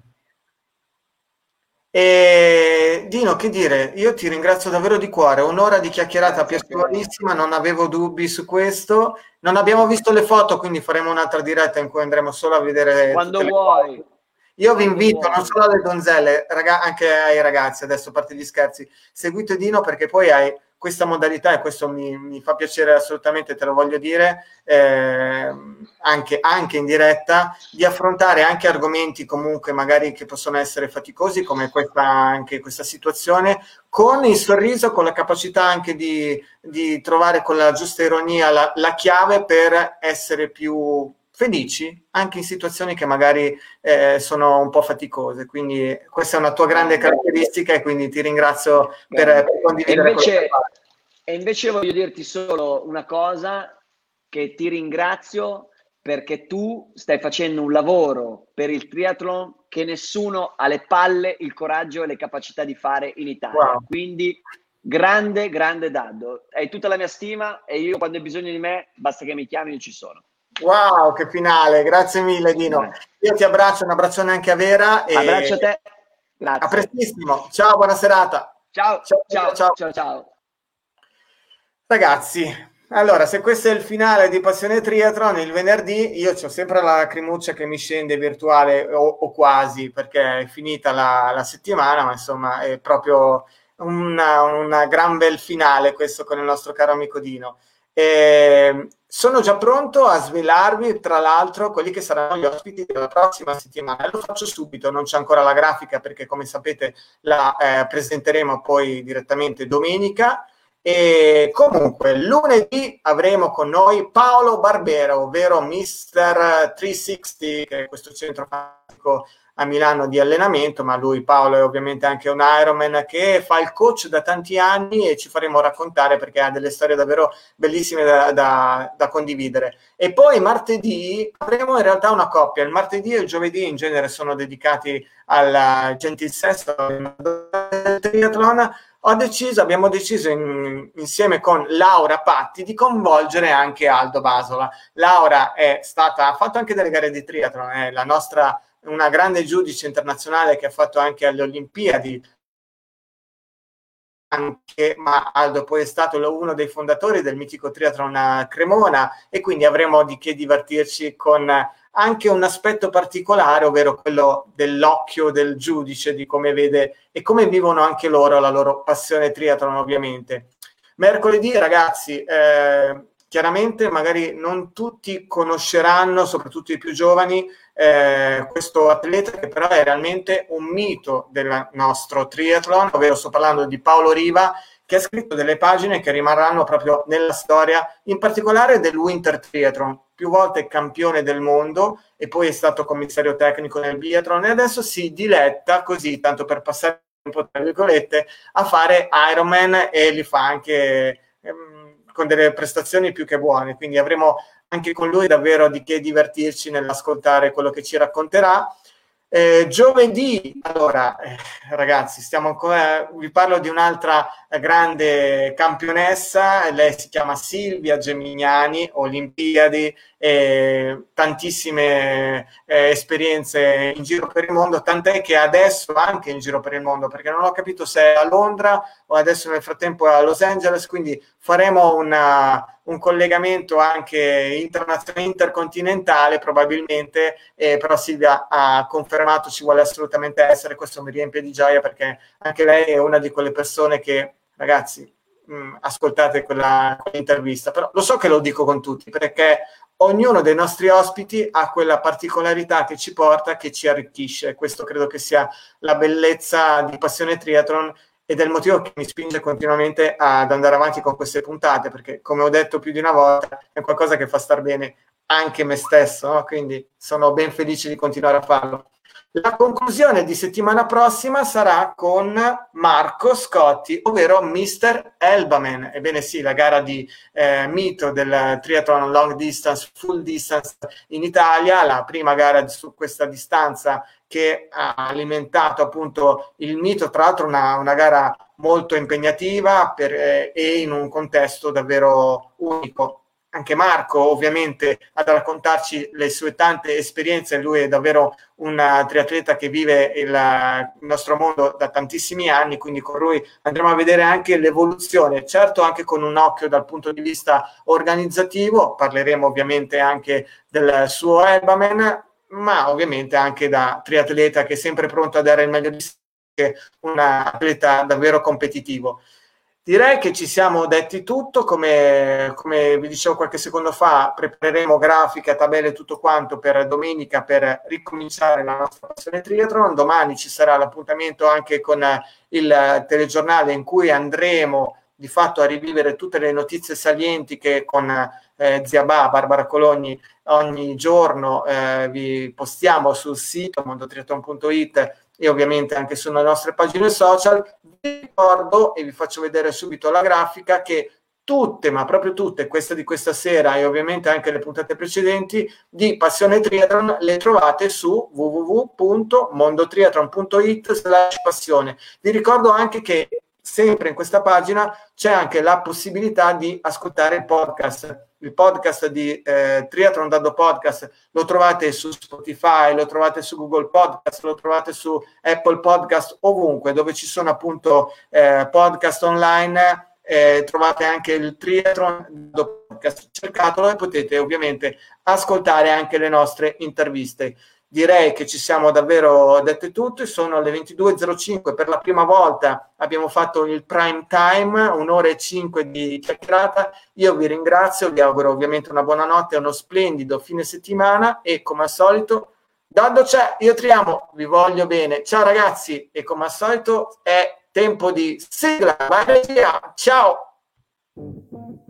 E Dino, che dire, io ti ringrazio davvero di cuore, un'ora di chiacchierata piacevolissima, non avevo dubbi su questo, non abbiamo visto le foto, quindi faremo un'altra diretta in cui andremo solo a vedere Quando tutte le vuoi. foto. Io vi Quando invito vuoi. non solo alle donzelle, raga- anche ai ragazzi, adesso a parte gli scherzi, seguite Dino perché poi hai questa modalità, e questo mi, mi fa piacere assolutamente, te lo voglio dire, eh, anche, anche in diretta, di affrontare anche argomenti comunque magari che possono essere faticosi, come questa, anche questa situazione, con il sorriso, con la capacità anche di, di trovare con la giusta ironia la, la chiave per essere più felici anche in situazioni che magari eh, sono un po' faticose. Quindi questa è una tua grande caratteristica e quindi ti ringrazio per, per E condividere invece, quello che fai. e invece voglio dirti solo una cosa, che ti ringrazio perché tu stai facendo un lavoro per il triathlon che nessuno ha le palle, il coraggio e le capacità di fare in Italia. Wow. Quindi grande, grande Daddo. Hai tutta la mia stima e io quando hai bisogno di me basta che mi chiami, io ci sono. Wow, che finale, grazie mille Dino. Io ti abbraccio, un abbraccione anche a Vera e Abbraccio a te, grazie. a prestissimo. Ciao, buona serata. Ciao, Ciao, ciao, ciao. ciao, ciao. Ragazzi, allora, se questo è il finale di Passione Triathlon, il venerdì io ho sempre la lacrimuccia che mi scende virtuale o, o quasi, perché è finita la, la settimana, ma insomma è proprio una, una gran bel finale questo con il nostro caro amico Dino. E sono già pronto a svelarvi, tra l'altro, quelli che saranno gli ospiti della prossima settimana. Lo faccio subito, non c'è ancora la grafica perché, come sapete, la eh, presenteremo poi direttamente domenica. E comunque lunedì avremo con noi Paolo Barbera, ovvero mister trecentosessanta, che è questo centro fantastico a Milano di allenamento, ma lui, Paolo, è ovviamente anche un Ironman che fa il coach da tanti anni e ci faremo raccontare perché ha delle storie davvero bellissime da, da, da condividere. E poi martedì avremo in realtà una coppia, il martedì e il giovedì in genere sono dedicati al gentil sesso del triathlon. Ho deciso, abbiamo deciso in, insieme con Laura Patti di coinvolgere anche Aldo Basola. Laura è stata, ha fatto anche delle gare di triathlon, è la nostra, una grande giudice internazionale che ha fatto anche alle Olimpiadi, anche, ma Aldo poi è stato uno dei fondatori del mitico triathlon Cremona e quindi avremo di che divertirci con anche un aspetto particolare, ovvero quello dell'occhio del giudice, di come vede e come vivono anche loro la loro passione triathlon, ovviamente. Mercoledì, ragazzi, eh, chiaramente magari non tutti conosceranno, soprattutto i più giovani, eh, questo atleta che però è realmente un mito del nostro triathlon, ovvero sto parlando di Paolo Riva, che ha scritto delle pagine che rimarranno proprio nella storia, in particolare del Winter Triathlon, più volte campione del mondo e poi è stato commissario tecnico nel biathlon e adesso si diletta così, tanto per passare un po' tra virgolette, a fare Ironman e li fa anche ehm, con delle prestazioni più che buone, quindi avremo anche con lui davvero di che divertirci nell'ascoltare quello che ci racconterà. Eh, giovedì, allora eh, ragazzi, stiamo ancora, vi parlo di un'altra grande campionessa, lei si chiama Silvia Gemignani, Olimpiadi, eh, tantissime eh, esperienze in giro per il mondo, tant'è che adesso anche in giro per il mondo, perché non ho capito se è a Londra o adesso nel frattempo è a Los Angeles, quindi faremo una, un collegamento anche internazionale, intercontinentale probabilmente, eh, però Silvia ha confermato ci vuole assolutamente essere, questo mi riempie di gioia perché anche lei è una di quelle persone che, ragazzi, mh, ascoltate quella, quell'intervista, però lo so che lo dico con tutti perché ognuno dei nostri ospiti ha quella particolarità che ci porta, che ci arricchisce. Questo credo che sia la bellezza di Passione Triathlon ed è il motivo che mi spinge continuamente ad andare avanti con queste puntate, perché come ho detto più di una volta è qualcosa che fa star bene anche me stesso, no? Quindi sono ben felice di continuare a farlo. La conclusione di settimana prossima sarà con Marco Scotti, ovvero mister Elbaman. Ebbene sì, la gara di eh, mito del triathlon long distance, full distance in Italia, la prima gara su questa distanza che ha alimentato appunto il mito, tra l'altro una, una gara molto impegnativa per, eh, e in un contesto davvero unico. Anche Marco ovviamente ad raccontarci le sue tante esperienze, lui è davvero un triatleta che vive il, il nostro mondo da tantissimi anni, quindi con lui andremo a vedere anche l'evoluzione, certo anche con un occhio dal punto di vista organizzativo, parleremo ovviamente anche del suo Elbaman, ma ovviamente anche da triatleta che è sempre pronto a dare il meglio di sé, un atleta davvero competitivo. Direi che ci siamo detti tutto, come, come vi dicevo qualche secondo fa, prepareremo grafiche, tabelle e tutto quanto per domenica per ricominciare la nostra Passione Triathlon. Domani ci sarà l'appuntamento anche con il telegiornale in cui andremo di fatto a rivivere tutte le notizie salienti che con eh, Zia Ba, Barbara Cologni, ogni giorno eh, vi postiamo sul sito mondotriathlon punto it e ovviamente anche sulle nostre pagine social. Vi ricordo e vi faccio vedere subito la grafica che tutte, ma proprio tutte, queste di questa sera e ovviamente anche le puntate precedenti di Passione Triathlon le trovate su w w w punto mondotriathlon punto it slash passione. Vi ricordo anche che sempre in questa pagina c'è anche la possibilità di ascoltare il podcast. Il podcast di eh, Triathlon Dado Podcast lo trovate su Spotify, lo trovate su Google Podcast, lo trovate su Apple Podcast, ovunque dove ci sono appunto eh, podcast online. Eh, trovate anche il Triathlon Dado Podcast, cercatelo e potete ovviamente ascoltare anche le nostre interviste. Direi che ci siamo davvero dette tutte, sono le ventidue e zero cinque, per la prima volta abbiamo fatto il prime time, un'ora e cinque di chiacchierata. Io vi ringrazio, vi auguro ovviamente una buona notte, uno splendido fine settimana e come al solito, Daddo c'è, io Triamo, vi voglio bene, ciao ragazzi e come al solito è tempo di sigla, vai regia, ciao!